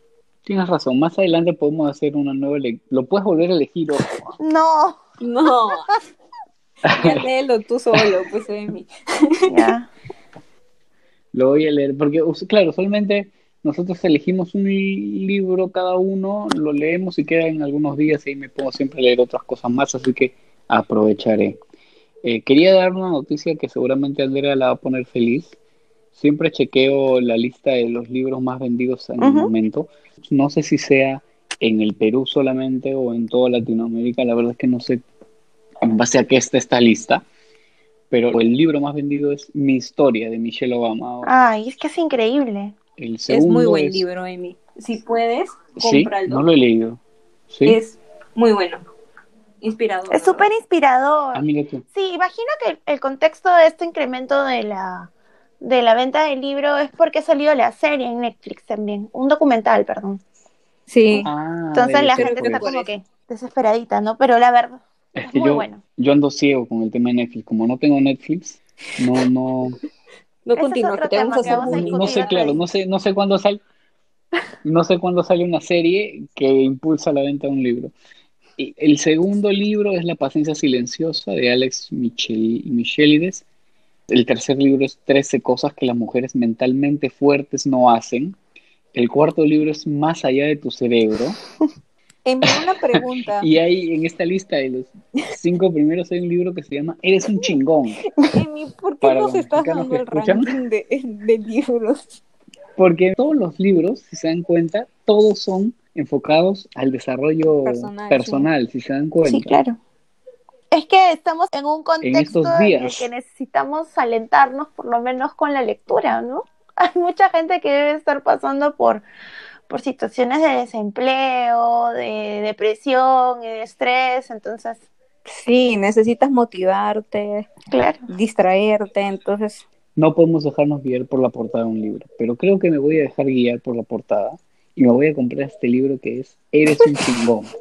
Speaker 2: tienes razón. Más adelante podemos hacer una nueva lectura. Lo puedes volver a elegir, ojo.
Speaker 1: No,
Speaker 3: No, ya léelo tú solo, pues, Emi.
Speaker 1: ya.
Speaker 2: Lo voy a leer, porque, us- claro, solamente nosotros elegimos un li- libro cada uno, lo leemos y queda en algunos días y me puedo siempre leer otras cosas más, así que aprovecharé. Eh, quería dar una noticia que seguramente Andrea la va a poner feliz. Siempre chequeo la lista de los libros más vendidos en el
Speaker 1: Ujú.
Speaker 2: momento. No sé si sea en el Perú solamente o en toda Latinoamérica, la verdad es que no sé en base a qué está esta lista, pero el libro más vendido es Mi Historia de Michelle Obama ahora.
Speaker 1: Ay, es que es increíble.
Speaker 2: El
Speaker 3: Es muy
Speaker 2: segundo
Speaker 3: buen
Speaker 2: es,
Speaker 3: libro, Emi. Si puedes,
Speaker 2: sí, no
Speaker 3: cómpralo.
Speaker 2: lo he leído, ¿sí?
Speaker 3: Es muy bueno. Inspirador,
Speaker 1: Es
Speaker 3: ¿verdad?
Speaker 1: súper
Speaker 2: Ah,
Speaker 1: inspirador.
Speaker 2: mira tú.
Speaker 1: Sí, imagino que el, el contexto de este incremento de la, de la venta del libro es porque ha salido la serie en Netflix también, un documental, perdón.
Speaker 3: Sí,
Speaker 2: Ah,
Speaker 1: Entonces
Speaker 2: debe
Speaker 1: la
Speaker 2: ser
Speaker 3: creo
Speaker 1: gente
Speaker 3: que
Speaker 2: por
Speaker 1: está
Speaker 3: por
Speaker 2: eso.
Speaker 1: como
Speaker 3: eso.
Speaker 1: que desesperadita, ¿no? Pero la verdad,
Speaker 2: Es
Speaker 1: es
Speaker 2: que
Speaker 1: muy
Speaker 2: yo,
Speaker 1: bueno.
Speaker 2: yo ando ciego con el tema de Netflix. Como no tengo Netflix, no, no,
Speaker 3: No
Speaker 1: Ese es
Speaker 3: continúa, que
Speaker 1: otro
Speaker 3: te vamos
Speaker 1: tema
Speaker 3: a
Speaker 1: que
Speaker 3: hacer
Speaker 2: no,
Speaker 1: vamos a
Speaker 2: no, no
Speaker 3: bullying.
Speaker 1: discutir
Speaker 2: sé,
Speaker 1: otro
Speaker 2: claro,
Speaker 1: día.
Speaker 2: no sé, no sé cuándo sale, no sé cuándo sale una serie que impulsa la venta de un libro. Y el segundo libro es La paciencia silenciosa de Alex Michel, Michelides. El tercer libro es Trece cosas que las mujeres mentalmente fuertes no hacen. El cuarto libro es Más allá de tu cerebro.
Speaker 3: Emi, una pregunta.
Speaker 2: Y hay en esta lista de los cinco primeros hay un libro que se llama Eres un chingón,
Speaker 3: Emi, ¿por qué
Speaker 2: para
Speaker 3: nos
Speaker 2: los
Speaker 3: estás
Speaker 2: mexicanos
Speaker 3: dando
Speaker 2: que
Speaker 3: el
Speaker 2: escuchan,
Speaker 3: ranking de, de libros?
Speaker 2: porque todos los libros, si se dan cuenta, todos son enfocados al desarrollo
Speaker 3: Personal, sí.
Speaker 2: personal, si se dan
Speaker 1: Sí,
Speaker 2: cuenta.
Speaker 1: claro. Es que estamos en un
Speaker 2: En
Speaker 1: contexto
Speaker 2: estos
Speaker 1: en el que
Speaker 2: días,
Speaker 1: necesitamos alentarnos por lo menos con la lectura, ¿no? Hay mucha gente que debe estar pasando por, por situaciones de desempleo, de depresión y de estrés, entonces,
Speaker 3: Sí, necesitas motivarte,
Speaker 1: claro.
Speaker 3: distraerte, entonces,
Speaker 2: no podemos dejarnos guiar por la portada de un libro, pero creo que me voy a dejar guiar por la portada y me voy a comprar este libro que es Eres un chingón.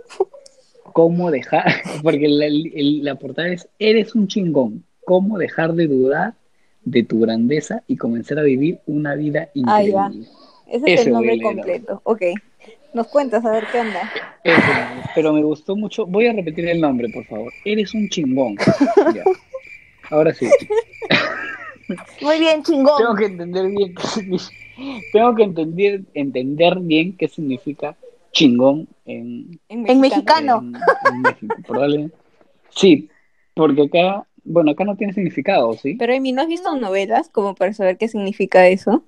Speaker 2: ¿Cómo dejar? Porque la, el- la portada es Eres un chingón. ¿Cómo dejar de dudar de tu grandeza y comenzar a vivir una vida
Speaker 3: ah, ya.
Speaker 2: increíble?
Speaker 3: Ese es el
Speaker 2: Ese voy a
Speaker 3: nombre
Speaker 2: leer ahora.
Speaker 3: completo. Ok. Nos cuentas a ver qué onda.
Speaker 2: Ese, pero me gustó mucho. Voy a repetir el nombre, por favor. Eres un chingón. Ya. Ahora sí.
Speaker 1: Muy bien,
Speaker 2: Tengo
Speaker 1: chingón.
Speaker 2: que entender bien qué significa, tengo que entender, entender bien qué significa chingón en,
Speaker 3: En
Speaker 1: En
Speaker 3: mexicano.
Speaker 1: mexicano.
Speaker 2: en, en México. Probablemente. Sí, porque acá, bueno, acá no tiene significado, ¿sí?
Speaker 3: Pero Emi, ¿no has visto
Speaker 1: No.
Speaker 3: novelas como para saber qué significa eso?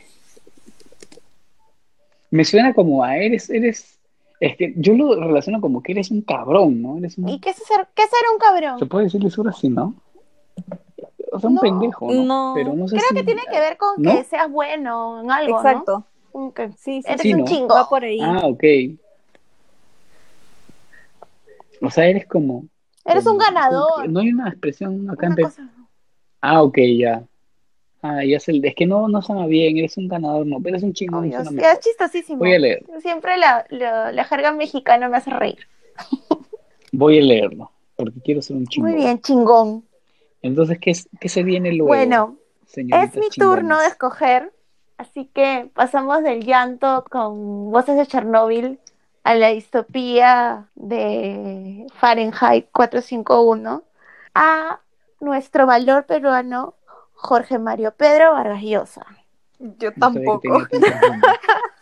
Speaker 2: Me suena como a eres, eres, es que yo lo relaciono como que eres un cabrón, ¿no? Eres
Speaker 1: ¿Y
Speaker 2: un,
Speaker 1: qué es ser, qué es ser un
Speaker 2: se
Speaker 1: cabrón?
Speaker 2: puede decir eso así, ¿no? O sea, un
Speaker 1: No,
Speaker 2: pendejo, ¿no? Pero
Speaker 3: No,
Speaker 2: no sé
Speaker 1: creo que
Speaker 2: si,
Speaker 1: tiene que ver con que
Speaker 2: ¿no?
Speaker 1: seas bueno en algo, ¿no?
Speaker 3: exacto.
Speaker 1: Como que
Speaker 3: Sí, sí,
Speaker 1: eres
Speaker 2: Sí,
Speaker 1: un
Speaker 3: sí.
Speaker 2: ¿no?
Speaker 3: Va
Speaker 1: chingón.
Speaker 3: por ahí.
Speaker 2: Ah, ok. O sea, eres como,
Speaker 1: Eres un
Speaker 2: como, como que-
Speaker 1: ganador.
Speaker 2: no hay una expresión acá en
Speaker 1: Una
Speaker 2: Perú.
Speaker 1: cosa.
Speaker 2: Ah, ok, ya. Ah, ya sé, es que no, no suena bien, eres un ganador, no, pero eres un chingón,
Speaker 1: Obvio,
Speaker 2: suena
Speaker 1: sí, es
Speaker 2: mejor. Voy a
Speaker 1: chistosísimo.
Speaker 2: leer,
Speaker 1: Siempre la, la, la jerga mexicana me hace reír.
Speaker 2: voy a leerlo, porque quiero ser un
Speaker 1: Muy
Speaker 2: chingón.
Speaker 1: bien, chingón.
Speaker 2: Entonces, ¿qué, es- qué se viene luego,
Speaker 1: Bueno, es
Speaker 2: señoritas
Speaker 1: mi turno de
Speaker 2: chingonas?
Speaker 1: escoger, así que pasamos del llanto con Voces de Chernóbil a la distopía de Fahrenheit cuatrocientos cincuenta y uno a nuestro valor peruano Jorge Mario Pedro Vargas Llosa,
Speaker 3: Yo
Speaker 2: No sabía que
Speaker 3: tampoco.
Speaker 2: tenía tantos nombres.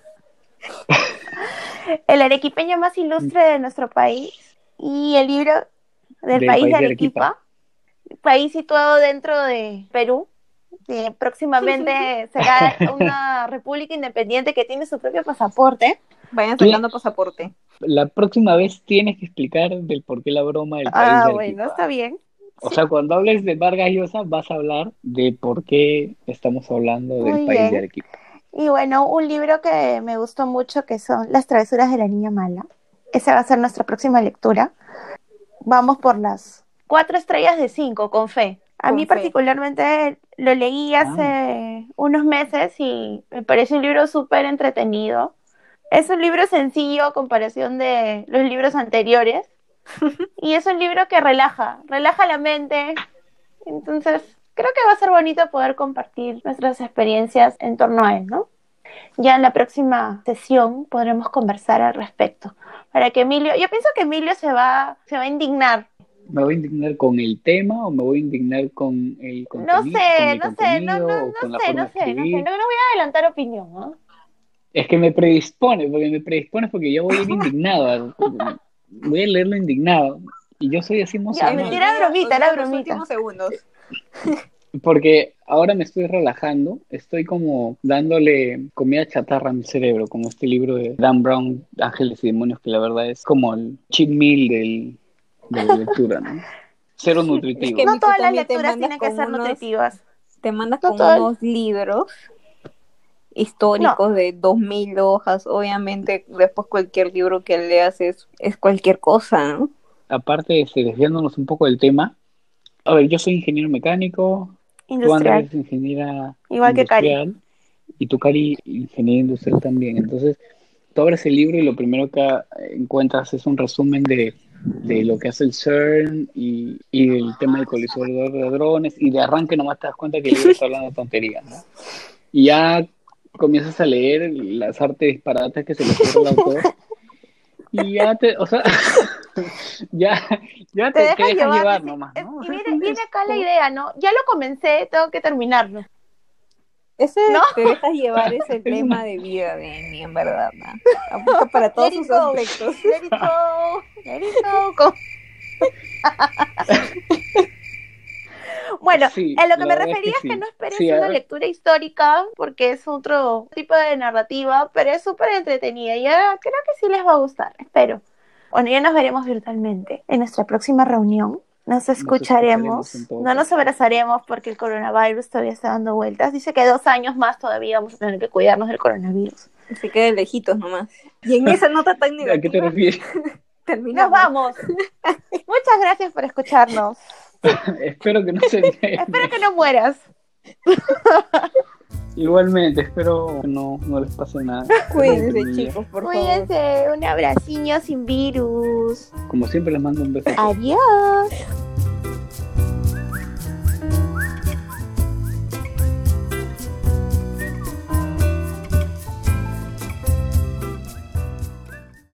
Speaker 1: el arequipeño más ilustre de nuestro país y el libro del
Speaker 2: Del
Speaker 1: país de
Speaker 2: país de Arequipa.
Speaker 1: Arequipa, país situado dentro de Perú. Sí, próximamente será una república independiente que tiene su propio pasaporte.
Speaker 3: Vayan
Speaker 2: Tú,
Speaker 3: sacando pasaporte.
Speaker 2: la próxima vez tienes que explicar del por qué la broma del país
Speaker 1: Ah,
Speaker 2: de
Speaker 1: bueno,
Speaker 2: Arequipa.
Speaker 1: está bien.
Speaker 2: O
Speaker 1: Sí,
Speaker 2: sea, cuando hables de Vargas Llosa, vas a hablar de por qué estamos hablando del
Speaker 1: muy
Speaker 2: país de
Speaker 1: bien.
Speaker 2: Arequipa.
Speaker 1: Y bueno, un libro que me gustó mucho que son Las travesuras de la niña mala. Esa va a ser nuestra próxima lectura. Vamos por las cuatro estrellas de cinco, con fe. A mí
Speaker 3: Con fe.
Speaker 1: particularmente lo leí
Speaker 2: Ah,
Speaker 1: hace unos meses y me parece un libro súper entretenido. Es un libro sencillo a comparación de los libros anteriores y es un libro que relaja, relaja la mente. Entonces, creo que va a ser bonito poder compartir nuestras experiencias en torno a él, ¿no? ya en la próxima sesión podremos conversar al respecto. Para que Emilio, yo pienso que Emilio se va, se va a indignar.
Speaker 2: ¿Me voy a indignar con el tema o me voy a indignar con el
Speaker 1: No
Speaker 2: contenido, con
Speaker 1: sé,
Speaker 2: el
Speaker 1: no sé, no,
Speaker 2: contenido
Speaker 1: no,
Speaker 2: o con
Speaker 1: no
Speaker 2: la
Speaker 1: sé,
Speaker 2: forma
Speaker 1: no
Speaker 2: de
Speaker 1: sé, no sé,
Speaker 2: escribir?
Speaker 1: no, no voy a adelantar opinión, ¿no?
Speaker 2: Es que me predispone, porque me predispone porque yo voy a ir indignado. Voy a leerlo indignado. Y yo soy así
Speaker 1: Ya,
Speaker 2: emocional.
Speaker 1: mentira, era bromita, era
Speaker 3: Olvida los
Speaker 1: bromita.
Speaker 3: últimos segundos.
Speaker 2: Porque ahora me estoy relajando, estoy como dándole comida chatarra a mi cerebro, como este libro de Dan Brown, Ángeles y Demonios, que la verdad es como el cheat meal del, de la lectura, ¿no? Cero
Speaker 3: Es
Speaker 2: nutritivo.
Speaker 3: que
Speaker 1: No
Speaker 3: mi, tú
Speaker 1: todas las
Speaker 3: también te
Speaker 1: lecturas
Speaker 3: mandas
Speaker 1: tienen que
Speaker 3: con
Speaker 1: ser
Speaker 3: unos,
Speaker 1: nutritivas.
Speaker 3: te mandas
Speaker 1: No
Speaker 3: con
Speaker 1: todo el-
Speaker 3: unos libros
Speaker 1: No,
Speaker 3: históricos de dos mil hojas. Obviamente, después cualquier libro que leas es, es cualquier cosa, ¿no?
Speaker 2: Aparte, este, desviándonos un poco del tema, a ver, yo soy ingeniero mecánico, tú Andrea
Speaker 1: industrial,
Speaker 2: eres ingeniera
Speaker 1: igual que Cari.
Speaker 2: industrial y tú Cari ingeniera industrial también. Entonces, tú abres el libro y lo primero que ah, encuentras es un resumen de, de lo que hace el CERN y, y el tema del colisionador de hadrones, y de arranque nomás te das cuenta que el libro está hablando de tonterías, ¿no? Y ya comienzas a leer las artes disparates que se le ocurre al autor y ya te, o sea, ya, ya
Speaker 1: Te
Speaker 2: te, te
Speaker 1: dejas
Speaker 2: dejas
Speaker 1: llevar,
Speaker 2: llevar
Speaker 1: sí,
Speaker 2: nomás,
Speaker 1: es-
Speaker 2: ¿no? O
Speaker 1: y
Speaker 2: sea,
Speaker 1: viene,
Speaker 2: es un-
Speaker 1: viene
Speaker 2: es
Speaker 1: acá la
Speaker 2: como-
Speaker 1: idea, ¿no? Ya lo comencé, tengo que terminarlo.
Speaker 3: Ese
Speaker 1: ¿No?
Speaker 3: te dejas llevar es el
Speaker 2: es
Speaker 3: lema
Speaker 2: una-
Speaker 3: de vida de Amy, en verdad, ¿no? Aplica para todos
Speaker 1: Let it
Speaker 3: sus
Speaker 1: go,
Speaker 3: aspectos.
Speaker 1: let it go, let it go. Como- Bueno,
Speaker 2: Sí,
Speaker 1: a lo que
Speaker 2: la
Speaker 1: me
Speaker 2: verdad es
Speaker 1: refería
Speaker 2: que
Speaker 1: es que no
Speaker 2: sí.
Speaker 1: esperes
Speaker 2: Sí,
Speaker 1: una
Speaker 2: a-
Speaker 1: lectura histórica, porque es otro tipo de narrativa, pero es súper entretenida. Y ya creo que sí les va a gustar, espero. Bueno, ya nos veremos virtualmente en nuestra próxima reunión. Nos
Speaker 2: nos escucharemos en
Speaker 1: escucharemos,
Speaker 2: todo
Speaker 1: no nos
Speaker 2: caso.
Speaker 1: abrazaremos porque el coronavirus todavía está dando vueltas. Dice que dos años más todavía vamos a tener que cuidarnos del coronavirus.
Speaker 3: Se queda de lejitos nomás. Y en esa nota tan
Speaker 2: ¿A qué te
Speaker 3: negativa,
Speaker 2: refieres?
Speaker 3: terminamos.
Speaker 1: ¡Nos vamos! Muchas gracias por escucharnos.
Speaker 2: Espero que no se
Speaker 1: Espero que no mueras.
Speaker 2: Igualmente, espero que no, no les pase nada.
Speaker 3: Cuídense,
Speaker 2: Familia.
Speaker 3: chicos, por favor.
Speaker 1: Cuídense, un abraciño sin virus.
Speaker 2: Como siempre les mando un beso.
Speaker 1: Adiós.